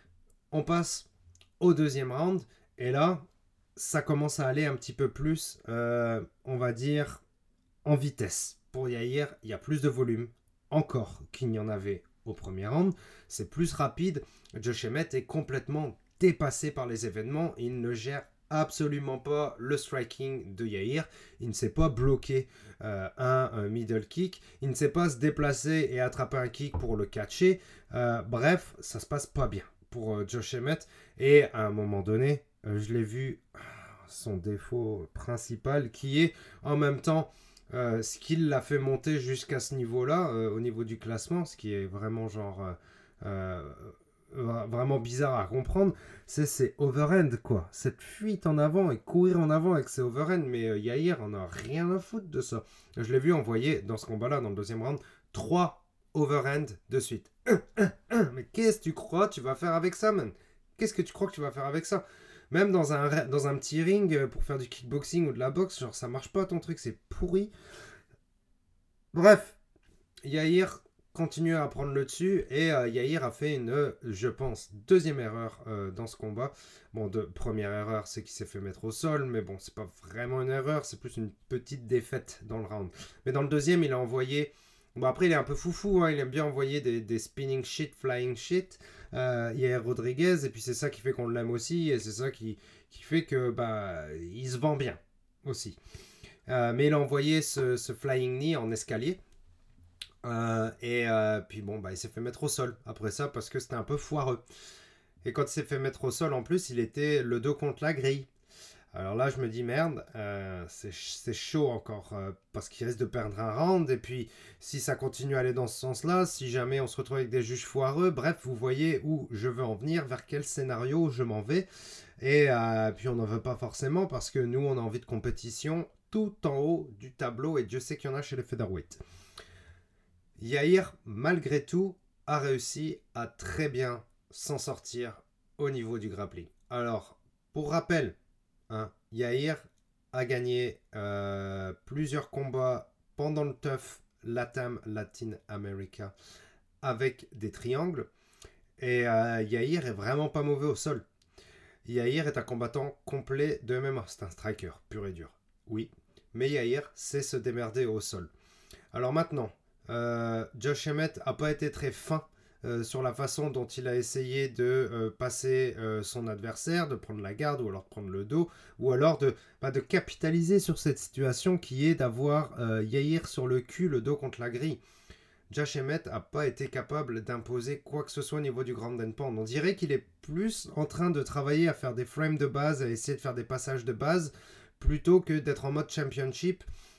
On passe au deuxième round, et là, ça commence à aller un petit peu plus, euh, on va dire, en vitesse. Pour Yair, il y a plus de volume, encore qu'il n'y en avait au premier round. C'est plus rapide. Josh Emmett est complètement dépassé par les événements. Il ne gère absolument pas le striking de Yair. Il ne sait pas bloquer euh, un, un middle kick. Il ne sait pas se déplacer et attraper un kick pour le catcher. Euh, bref, ça se passe pas bien pour euh, Josh Emmett. Et à un moment donné, euh, je l'ai vu, son défaut principal qui est en même temps Euh, ce qui l'a fait monter jusqu'à ce niveau-là, euh, au niveau du classement, ce qui est vraiment genre euh, euh, vraiment bizarre à comprendre, c'est ces overhand, quoi. Cette fuite en avant et courir en avant avec ces overhand, mais euh, Yair on a rien à foutre de ça. Je l'ai vu envoyer dans ce combat-là, dans le deuxième round, trois overhand de suite. Un, un, Mais qu'est-ce que tu crois que tu vas faire avec ça, man? Qu'est-ce que tu crois que tu vas faire avec ça? Même dans un, dans un petit ring pour faire du kickboxing ou de la boxe, genre ça marche pas ton truc, c'est pourri. Bref, Yair continue à prendre le dessus et euh, Yair a fait une, je pense, deuxième erreur euh, dans ce combat. Bon, de première erreur, c'est qu'il s'est fait mettre au sol, mais bon, c'est pas vraiment une erreur, c'est plus une petite défaite dans le round. Mais dans le deuxième, il a envoyé... Bon, après, il est un peu foufou, hein, il aime bien envoyer des, des spinning shit, flying shit, euh, Yair Rodriguez, et puis c'est ça qui fait qu'on l'aime aussi, et c'est ça qui, qui fait que bah il se vend bien aussi. Euh, mais il a envoyé ce, ce flying knee en escalier. Euh, et euh, puis bon, bah, il s'est fait mettre au sol après ça parce que c'était un peu foireux. Et quand il s'est fait mettre au sol, en plus, il était le dos contre la grille. Alors là, je me dis merde, euh, c'est, c'est chaud encore euh, parce qu'il risque de perdre un round. Et puis, si ça continue à aller dans ce sens-là, si jamais on se retrouve avec des juges foireux, bref, vous voyez où je veux en venir, vers quel scénario je m'en vais. Et euh, puis, on n'en veut pas forcément parce que nous, on a envie de compétition tout en haut du tableau. Et Dieu sait qu'il y en a chez les featherweight. Yair, malgré tout, a réussi à très bien s'en sortir au niveau du grappling. Alors, pour rappel, hein, Yair a gagné euh, plusieurs combats pendant le T U F Latam, Latin America, avec des triangles. Et euh, Yair est vraiment pas mauvais au sol. Yair est un combattant complet de M M A. C'est un striker, pur et dur. Oui, mais Yair sait se démerder au sol. Alors maintenant, Euh, Josh Emmett n'a pas été très fin euh, sur la façon dont il a essayé de euh, passer euh, son adversaire, de prendre la garde ou alors de prendre le dos, ou alors de, bah, de capitaliser sur cette situation qui est d'avoir euh, Yair sur le cul, le dos contre la grille. Josh Emmett n'a pas été capable d'imposer quoi que ce soit au niveau du ground and pound. On dirait qu'il est plus en train de travailler à faire des frames de base, à essayer de faire des passages de base, plutôt que d'être en mode championship,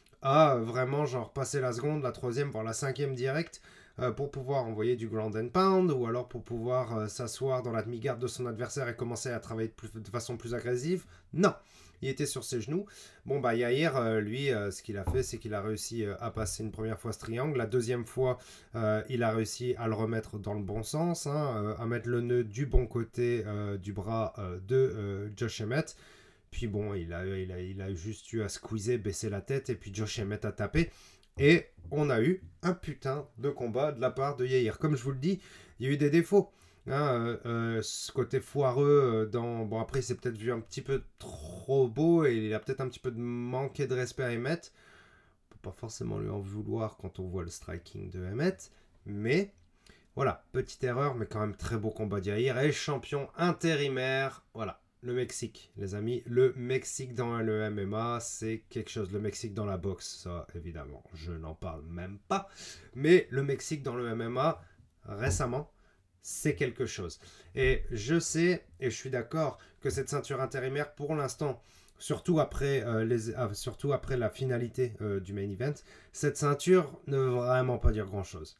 à vraiment genre passer la seconde, la troisième, voire la cinquième direct euh, pour pouvoir envoyer du ground and pound ou alors pour pouvoir euh, s'asseoir dans la demi-garde de son adversaire et commencer à travailler de, plus, de façon plus agressive. Non, il était sur ses genoux. Bon bah Yair, euh, lui, euh, ce qu'il a fait, c'est qu'il a réussi euh, à passer une première fois ce triangle. La deuxième fois, euh, il a réussi à le remettre dans le bon sens, hein, euh, à mettre le nœud du bon côté euh, du bras euh, de euh, Josh Emmett. Puis bon, il a, il, a, il a juste eu à squeezer, baisser la tête, et puis Josh Emmett a tapé. Et on a eu un putain de combat de la part de Yair. Comme je vous le dis, il y a eu des défauts. Hein, euh, euh, ce côté foireux dans... Bon, après, il s'est peut-être vu un petit peu trop beau, et il a peut-être un petit peu manqué de respect à Emmett. On peut pas forcément lui en vouloir quand on voit le striking de Emmett. Mais... voilà, petite erreur, mais quand même très beau combat d'Yair. Et champion intérimaire, voilà. Le Mexique, les amis, le Mexique dans le M M A, c'est quelque chose. Le Mexique dans la boxe, ça, évidemment, je n'en parle même pas. Mais le Mexique dans le M M A, récemment, c'est quelque chose. Et je sais, et je suis d'accord, que cette ceinture intérimaire, pour l'instant, surtout après, euh, les, euh, surtout après la finalité euh, du main event, cette ceinture ne veut vraiment pas dire grand-chose.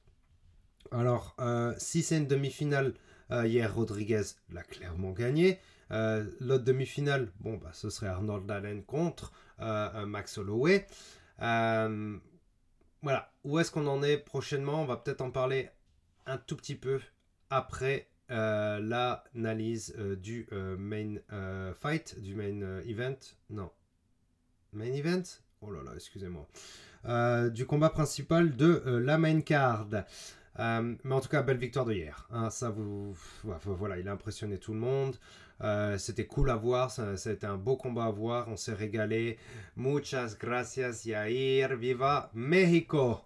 Alors, euh, si c'est une demi-finale, euh, Yair Rodriguez l'a clairement gagné. Euh, l'autre demi-finale, bon, bah, ce serait Arnold Allen contre euh, Max Holloway. Euh, voilà, où est-ce qu'on en est prochainement? On va peut-être en parler un tout petit peu après euh, l'analyse euh, du euh, main euh, fight, du main euh, event. Non, main event? Oh là là, excusez-moi. Euh, du combat principal de euh, la main card. Euh, mais en tout cas, belle victoire de hier. Hein, ça vous, voilà, il a impressionné tout le monde. Euh, c'était cool à voir. Ça, ça a été un beau combat à voir. On s'est régalé. Muchas gracias, Yair. Viva Mexico.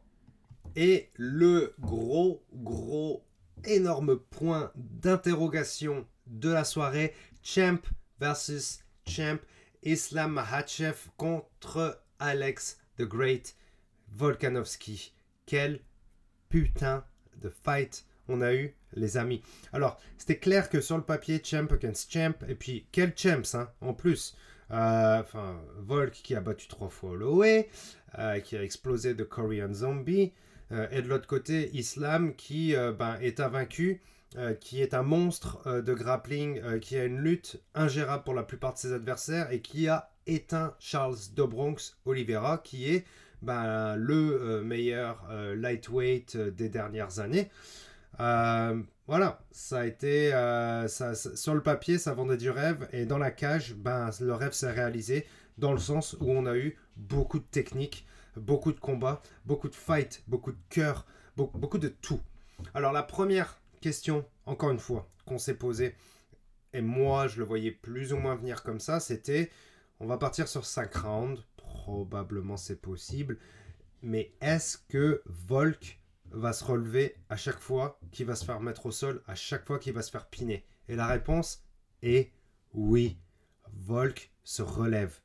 Et le gros, gros, énorme point d'interrogation de la soirée, Champ versus Champ. Islam Makhachev contre Alex the Great Volkanovski. Quel putain de fight on a eu, les amis. Alors, c'était clair que sur le papier, Champ against Champ, et puis quel Champs, hein, en plus. Enfin, euh, Volk qui a battu trois fois Holloway, euh, qui a explosé de Korean Zombie, euh, et de l'autre côté, Islam qui euh, ben, est invaincu, euh, qui est un monstre euh, de grappling, euh, qui a une lutte ingérable pour la plupart de ses adversaires, et qui a éteint Charles Do Bronx Oliveira, qui est ben, le euh, meilleur euh, lightweight euh, des dernières années. Euh, voilà, ça a été... euh, ça, ça- sur le papier, ça vendait du rêve. Et dans la cage, ben, le rêve s'est réalisé dans le sens où on a eu beaucoup de techniques, beaucoup de combats, beaucoup de fights, beaucoup de cœur, beaucoup, beaucoup de tout. Alors la première question, encore une fois, qu'on s'est posée, et moi je le voyais plus ou moins venir comme ça, c'était on va partir sur cinq rounds, probablement c'est possible, mais est-ce que Volk va se relever à chaque fois qu'il va se faire mettre au sol, à chaque fois qu'il va se faire piner? Et la réponse est oui. Volk se relève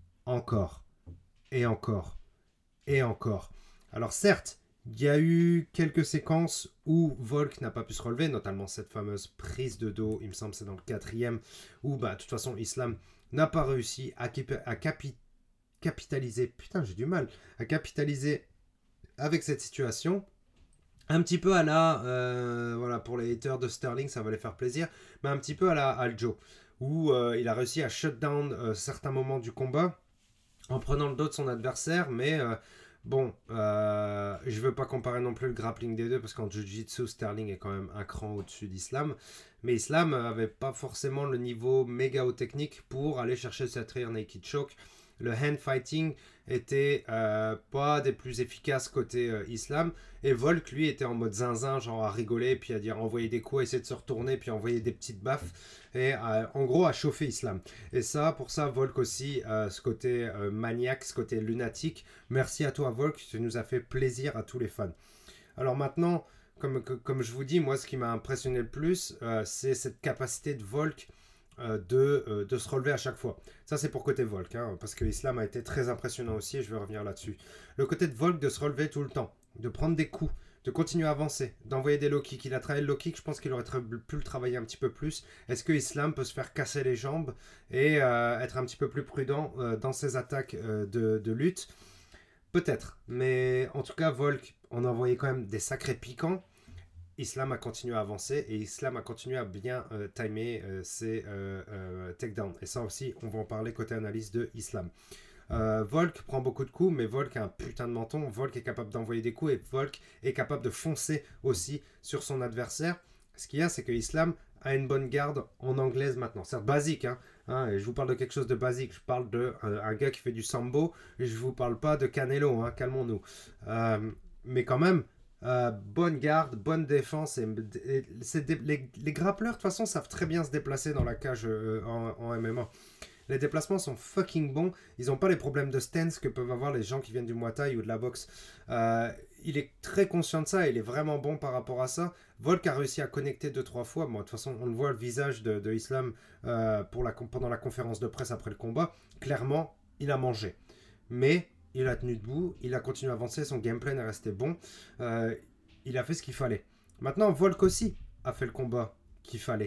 encore et encore et encore. Alors certes, il y a eu quelques séquences où Volk n'a pas pu se relever, notamment cette fameuse prise de dos, il me semble que c'est dans le quatrième, où bah, de toute façon Islam n'a pas réussi à, à capi- capitaliser, putain j'ai du mal, à capitaliser avec cette situation. Un petit peu à la, euh, voilà, pour les haters de Sterling, ça va les faire plaisir, mais un petit peu à la Aljo, où euh, il a réussi à shut down euh, certains moments du combat en prenant le dos de son adversaire, mais euh, bon, euh, je veux pas comparer non plus le grappling des deux, parce qu'en Jiu-Jitsu, Sterling est quand même un cran au-dessus d'Islam, mais Islam avait pas forcément le niveau méga haut technique pour aller chercher cette rear naked choke. Le hand fighting était euh, pas des plus efficaces côté euh, Islam, et Volk lui était en mode zinzin, genre à rigoler, puis à dire envoyer des coups, essayer de se retourner, puis envoyer des petites baffes, et euh, en gros à chauffer Islam. Et ça, pour ça, Volk aussi, euh, ce côté euh, maniaque, ce côté lunatique. Merci à toi Volk, tu nous as fait plaisir à tous les fans. Alors maintenant, comme, comme je vous dis, moi ce qui m'a impressionné le plus, euh, c'est cette capacité de Volk euh, de, euh, de se relever à chaque fois. Ça c'est pour côté Volk, hein, parce que Islam a été très impressionnant aussi, et je vais revenir là-dessus. Le côté de Volk de se relever tout le temps, de prendre des coups, de continuer à avancer, d'envoyer des low kicks. Il a travaillé le low kick, je pense qu'il aurait pu le travailler un petit peu plus. Est-ce que Islam peut se faire casser les jambes et euh, être un petit peu plus prudent euh, dans ses attaques euh, de, de lutte? Peut-être, mais en tout cas, Volk, on a envoyé quand même des sacrés piquants. Islam a continué à avancer et Islam a continué à bien euh, timer euh, ses euh, euh, takedowns. Et ça aussi, on va en parler côté analyse de Islam. Euh, Volk prend beaucoup de coups, mais Volk a un putain de menton. Volk est capable d'envoyer des coups et Volk est capable de foncer aussi sur son adversaire. Ce qu'il y a, c'est que Islam a une bonne garde en anglaise maintenant. Certes basique, hein, hein, et je vous parle de quelque chose de basique. Je parle d'un euh, gars qui fait du sambo et je vous parle pas de Canelo, hein, calmons-nous. Euh, mais quand même, euh, bonne garde, bonne défense. Et, et c'est des, les, les grappleurs, de toute façon, savent très bien se déplacer dans la cage euh, en, en M M A. Les déplacements sont fucking bons. Ils n'ont pas les problèmes de stance que peuvent avoir les gens qui viennent du Muay Thai ou de la boxe. Euh, il est très conscient de ça. Il est vraiment bon par rapport à ça. Volk a réussi à connecter deux trois fois. Bon, de toute façon, on le voit le visage de, de Islam euh, pour la, pendant la conférence de presse après le combat. Clairement, il a mangé. Mais il a tenu debout. Il a continué à avancer. Son game plan est resté bon. Euh, il a fait ce qu'il fallait. Maintenant, Volk aussi a fait le combat qu'il fallait.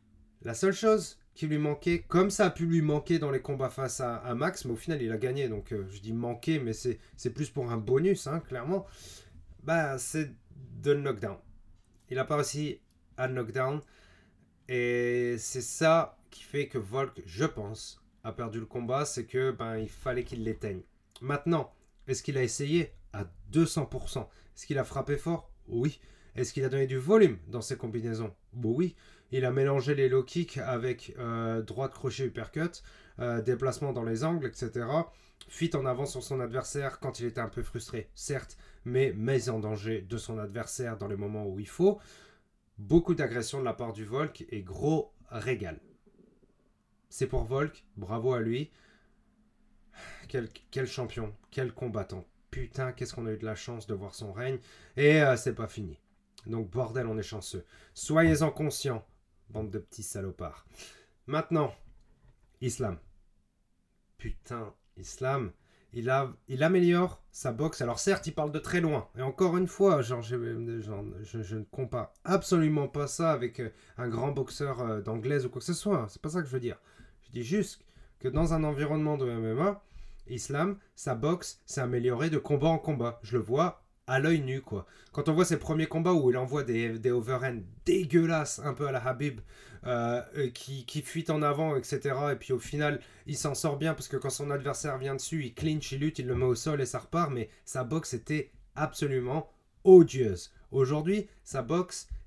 La seule chose qui lui manquait, comme ça a pu lui manquer dans les combats face à, à Max, mais au final il a gagné, donc euh, je dis manquer, mais c'est, c'est plus pour un bonus, hein, clairement, bah, c'est de le knockdown. Il n'a pas réussi à le knockdown, et c'est ça qui fait que Volk, je pense, a perdu le combat, c'est que ben, il fallait qu'il l'éteigne. Maintenant, est-ce qu'il a essayé? À deux cents pour cent. Est-ce qu'il a frappé fort? Oui. Est-ce qu'il a donné du volume dans ses combinaisons? Bon, oui. Il a mélangé les low kicks avec euh, droite, crochet, uppercut, euh, déplacement dans les angles, et cetera. Fuite en avant sur son adversaire quand il était un peu frustré, certes, mais mise en danger de son adversaire dans les moments où il faut. Beaucoup d'agression de la part du Volk et gros régal. C'est pour Volk, bravo à lui. Quel, quel champion, quel combattant. Putain, qu'est-ce qu'on a eu de la chance de voir son règne. Et euh, c'est pas fini. Donc bordel, on est chanceux. Soyez-en conscients, bande de petits salopards. Maintenant, Islam. Putain, Islam, il, a, il améliore sa boxe. Alors certes, il parle de très loin. Et encore une fois, genre, je, genre, je, je ne compare absolument pas ça avec un grand boxeur euh, d'anglaise ou quoi que ce soit. C'est pas ça que je veux dire. Je dis juste que dans un environnement de M M A, Islam, sa boxe s'est améliorée de combat en combat. Je le vois à l'œil nu, quoi. Quand on voit ses premiers combats où il envoie des, des overhands dégueulasses, un peu à la Habib, euh, qui, qui fuit en avant, et cetera. Et puis au final, il s'en sort bien parce que quand son adversaire vient dessus, il clinch, il lutte, il le met au sol et ça repart. Mais sa boxe était absolument odieuse. Aujourd'hui, sa boxe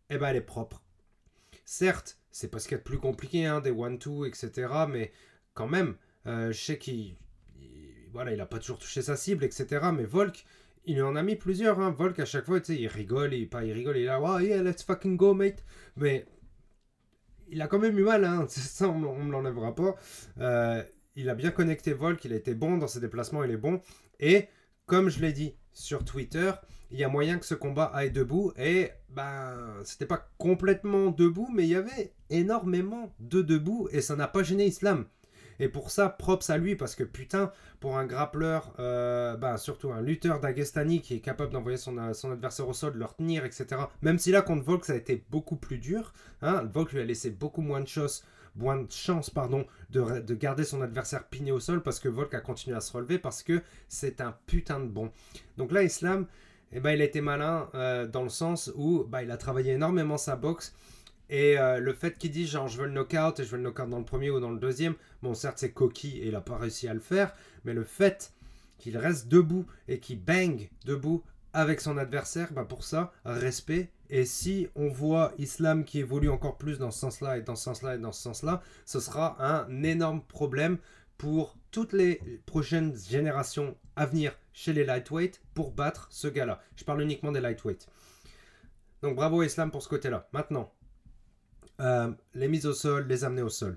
eh ben elle est propre. Certes, c'est pas ce qu'il y a de plus compliqué, hein, des one-two, et cetera. Mais quand même, euh, je sais qu'il il, voilà, il a pas toujours touché sa cible, et cetera. Mais Volk, il en a mis plusieurs. Hein. Volk, à chaque fois, tu sais, il rigole, il, pas, il rigole, il est là, oh yeah, let's fucking go, mate. Mais il a quand même eu mal, hein. Ça, on, on me l'enlèvera pas. Euh, il a bien connecté Volk, il a été bon dans ses déplacements, il est bon. Et comme je l'ai dit sur Twitter, il y a moyen que ce combat aille debout. Et ben, c'était pas complètement debout, mais il y avait énormément de debout et ça n'a pas gêné Islam. Et pour ça, props à lui, parce que putain, pour un grappleur, euh, bah, surtout un lutteur d'Agestani qui est capable d'envoyer son, son adversaire au sol, de le retenir, et cetera. Même si là, contre Volk, ça a été beaucoup plus dur. Hein, Volk lui a laissé beaucoup moins de chance, moins de chance pardon, de, de garder son adversaire pigné au sol, parce que Volk a continué à se relever, parce que c'est un putain de bon. Donc là, Islam, eh ben, il a été malin euh, dans le sens où bah, il a travaillé énormément sa boxe. Et euh, le fait qu'il dise genre je veux le knockout et je veux le knockout dans le premier ou dans le deuxième, bon certes c'est coquille et il n'a pas réussi à le faire, mais le fait qu'il reste debout et qu'il bang debout avec son adversaire, bah pour ça, respect. Et si on voit Islam qui évolue encore plus dans ce sens-là et dans ce sens-là et dans ce sens-là, ce sera un énorme problème pour toutes les prochaines générations à venir chez les lightweight pour battre ce gars-là. Je parle uniquement des lightweight. Donc bravo Islam pour ce côté-là. Maintenant, Euh, les mises au sol, les amener au sol.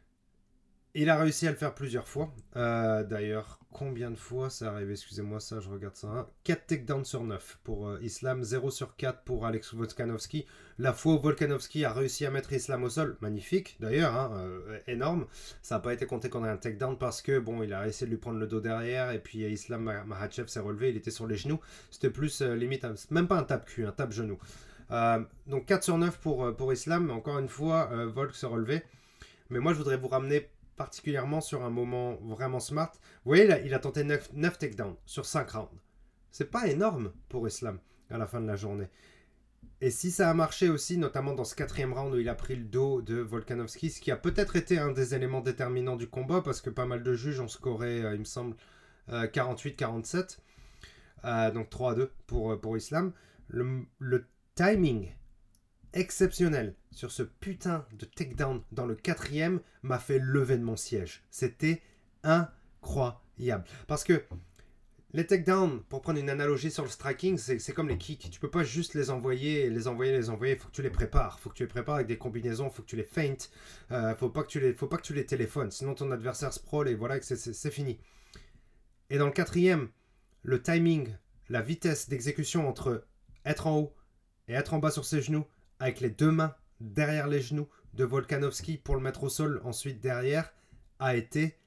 Il a réussi à le faire plusieurs fois. Euh, d'ailleurs, combien de fois ça arrive? Excusez-moi, ça, je regarde ça. Hein. quatre takedowns sur neuf pour euh, Islam, zéro sur quatre pour Alex Volkanovski. La fois où Volkanovski a réussi à mettre Islam au sol, magnifique d'ailleurs, hein, euh, énorme. Ça n'a pas été compté qu'on ait un takedown parce que, bon, il a essayé de lui prendre le dos derrière et puis Islam Makhachev s'est relevé, il était sur les genoux. C'était plus euh, limite, même pas un tape-cul, un tape-genou. Euh, donc quatre sur neuf pour, pour Islam, mais encore une fois, euh, Volk se relevait. Mais moi, je voudrais vous ramener particulièrement sur un moment vraiment smart. Vous voyez, là, il a tenté neuf, neuf takedowns sur cinq rounds. C'est pas énorme pour Islam à la fin de la journée. Et si ça a marché aussi, notamment dans ce quatrième round où il a pris le dos de Volkanovski, ce qui a peut-être été un des éléments déterminants du combat, parce que pas mal de juges ont scoré, euh, il me semble, euh, quarante-huit quarante-sept. Euh, donc trois à deux pour, pour Islam. Le, le timing exceptionnel sur ce putain de takedown dans le quatrième m'a fait lever de mon siège. C'était incroyable. Parce que les takedowns, pour prendre une analogie sur le striking, c'est, c'est comme les kicks. Tu peux pas juste les envoyer, les envoyer, les envoyer. Il faut que tu les prépares. Il faut que tu les prépares avec des combinaisons. Il faut que tu les feintes. Il euh, faut pas que tu les, faut pas que tu les téléphones. Sinon ton adversaire sprawl et voilà que c'est, c'est, c'est fini. Et dans le quatrième, le timing, la vitesse d'exécution entre être en haut et être en bas sur ses genoux, avec les deux mains derrière les genoux de Volkanovski pour le mettre au sol ensuite derrière, a été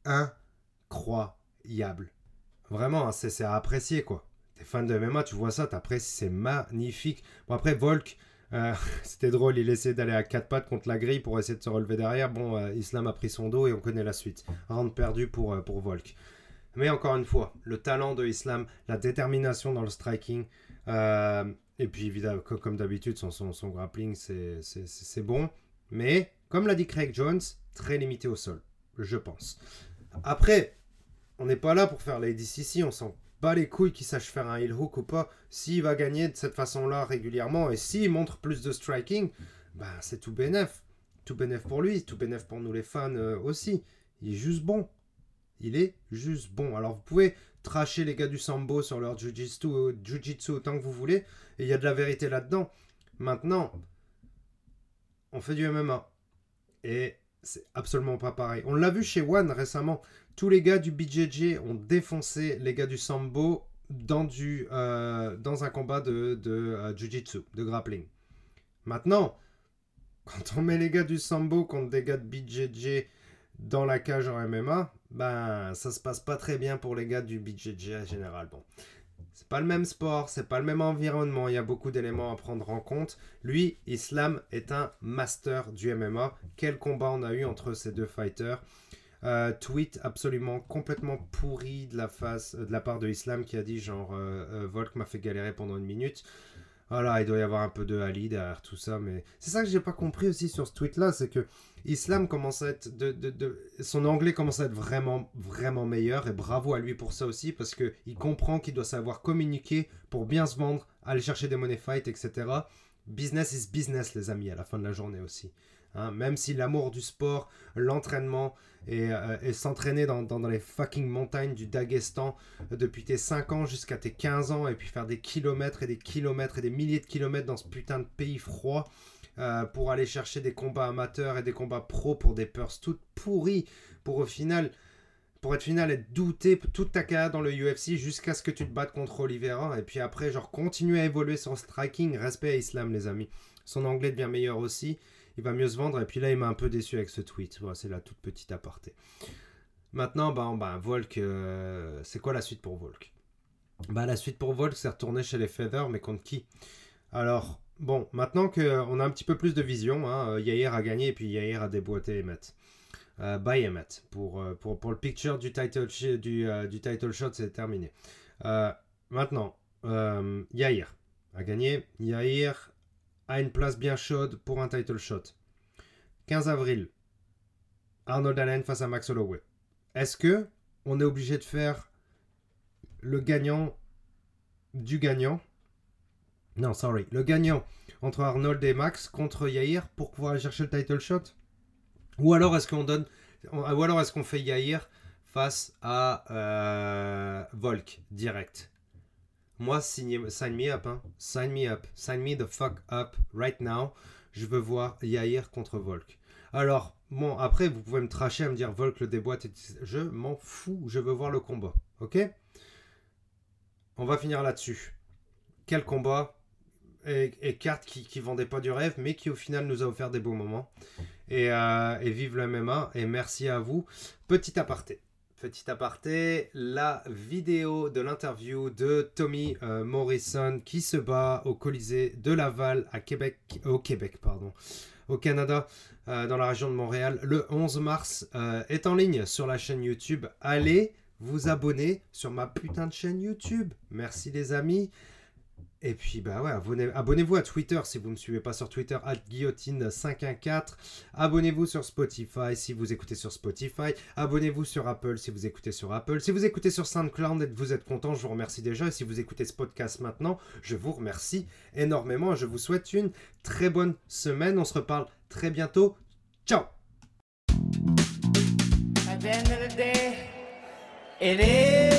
incroyable. Vraiment, hein, c'est, c'est à apprécier quoi. T'es fan de M M A, tu vois ça, t'apprécies, c'est magnifique. Bon après, Volk, euh, c'était drôle, il essayait d'aller à quatre pattes contre la grille pour essayer de se relever derrière. Bon, euh, Islam a pris son dos et on connaît la suite. Round perdu pour, euh, pour Volk. Mais encore une fois, le talent de Islam, la détermination dans le striking, euh, et puis évidemment, comme d'habitude, son, son, son grappling, c'est, c'est, c'est bon. Mais, comme l'a dit Craig Jones, très limité au sol, je pense. Après, on n'est pas là pour faire les D C C, on s'en bat les couilles qu'il sache faire un heel hook ou pas. S'il va gagner de cette façon-là régulièrement, et s'il montre plus de striking, bah, c'est tout bénef. Tout bénef pour lui, tout bénef pour nous les fans euh, aussi. Il est juste bon. Il est juste bon. Alors vous pouvez tracher les gars du Sambo sur leur Jiu-Jitsu, Jiu-Jitsu autant que vous voulez. Et il y a de la vérité là-dedans. Maintenant, on fait du M M A. Et c'est absolument pas pareil. On l'a vu chez One récemment. Tous les gars du B J J ont défoncé les gars du Sambo dans, du, euh, dans un combat de, de uh, Jiu-Jitsu, de grappling. Maintenant, quand on met les gars du Sambo contre des gars de B J J dans la cage en M M A, ben ça se passe pas très bien pour les gars du B J J en général. Bon, c'est pas le même sport, c'est pas le même environnement, il y a beaucoup d'éléments à prendre en compte. Lui, Islam est un master du M M A. Quel combat on a eu entre ces deux fighters. Euh, tweet absolument complètement pourri de la, face, de la part de Islam qui a dit genre euh, euh, Volk m'a fait galérer pendant une minute. Voilà, il doit y avoir un peu de Ali derrière tout ça, mais c'est ça que j'ai pas compris aussi sur ce tweet-là, c'est que Islam commence à être, de, de, de, son anglais commence à être vraiment, vraiment meilleur, et bravo à lui pour ça aussi, parce qu'il comprend qu'il doit savoir communiquer pour bien se vendre, aller chercher des money fights, et cetera. business is business, les amis, à la fin de la journée aussi. Hein, même si l'amour du sport, l'entraînement et, euh, et s'entraîner dans, dans, dans les fucking montagnes du Daghestan euh, depuis tes cinq ans jusqu'à tes quinze ans et puis faire des kilomètres et des kilomètres et des milliers de kilomètres dans ce putain de pays froid euh, pour aller chercher des combats amateurs et des combats pros pour des purses toutes pourries pour au final, pour être final être douté toute ta carrière dans le U F C jusqu'à ce que tu te battes contre Oliveira et puis après genre continuer à évoluer son striking, respect à Islam les amis. Son anglais devient meilleur aussi. Il va mieux se vendre. Et puis là, il m'a un peu déçu avec ce tweet. Voilà, c'est la toute petite aparté. Maintenant, bah, bah, Volk, euh, c'est quoi la suite pour Volk? Bah, la suite pour Volk, c'est retourner chez les Feather, mais contre qui? Alors, bon, maintenant qu'on a un petit peu plus de vision, hein, Yair a gagné et puis Yair a déboîté Emmett. Euh, bye Emmett. Pour, euh, pour, pour le picture du title, du, euh, du title shot, c'est terminé. Euh, maintenant, euh, Yair a gagné. Yair a une place bien chaude pour un title shot. quinze avril, Arnold Allen face à Max Holloway. Est-ce que on est obligé de faire le gagnant du gagnant? Non, sorry. Le gagnant entre Arnold et Max contre Yair pour pouvoir aller chercher le title shot? Ou alors est-ce qu'on donne, ou alors est-ce qu'on fait Yair face à euh, Volk direct? Moi, sign, sign me up, hein. Sign me up. Sign me the fuck up right now. Je veux voir Yair contre Volk. Alors, bon, après, vous pouvez me tracher à me dire Volk le déboîte. Et... je m'en fous. Je veux voir le combat. Ok? On va finir là-dessus. Quel combat? Et, et carte qui, qui vendait pas du rêve, mais qui au final nous a offert des beaux moments. Et, euh, et vive le M M A. Et merci à vous. Petit aparté. Petit aparté, la vidéo de l'interview de Tommy euh, Morrison qui se bat au Colisée de Laval à Québec, au Québec, pardon, au Canada, euh, dans la région de Montréal, le onze mars, euh, est en ligne sur la chaîne YouTube. Allez vous abonner sur ma putain de chaîne YouTube. Merci les amis. Et puis, bah ouais, abonnez, abonnez-vous à Twitter si vous ne me suivez pas sur Twitter, arobase guillotine cinq un quatre. Abonnez-vous sur Spotify si vous écoutez sur Spotify. Abonnez-vous sur Apple si vous écoutez sur Apple. Si vous écoutez sur SoundCloud et que vous êtes content, je vous remercie déjà. Et si vous écoutez ce podcast maintenant, je vous remercie énormément. Je vous souhaite une très bonne semaine. On se reparle très bientôt. Ciao! At the end of the day, it is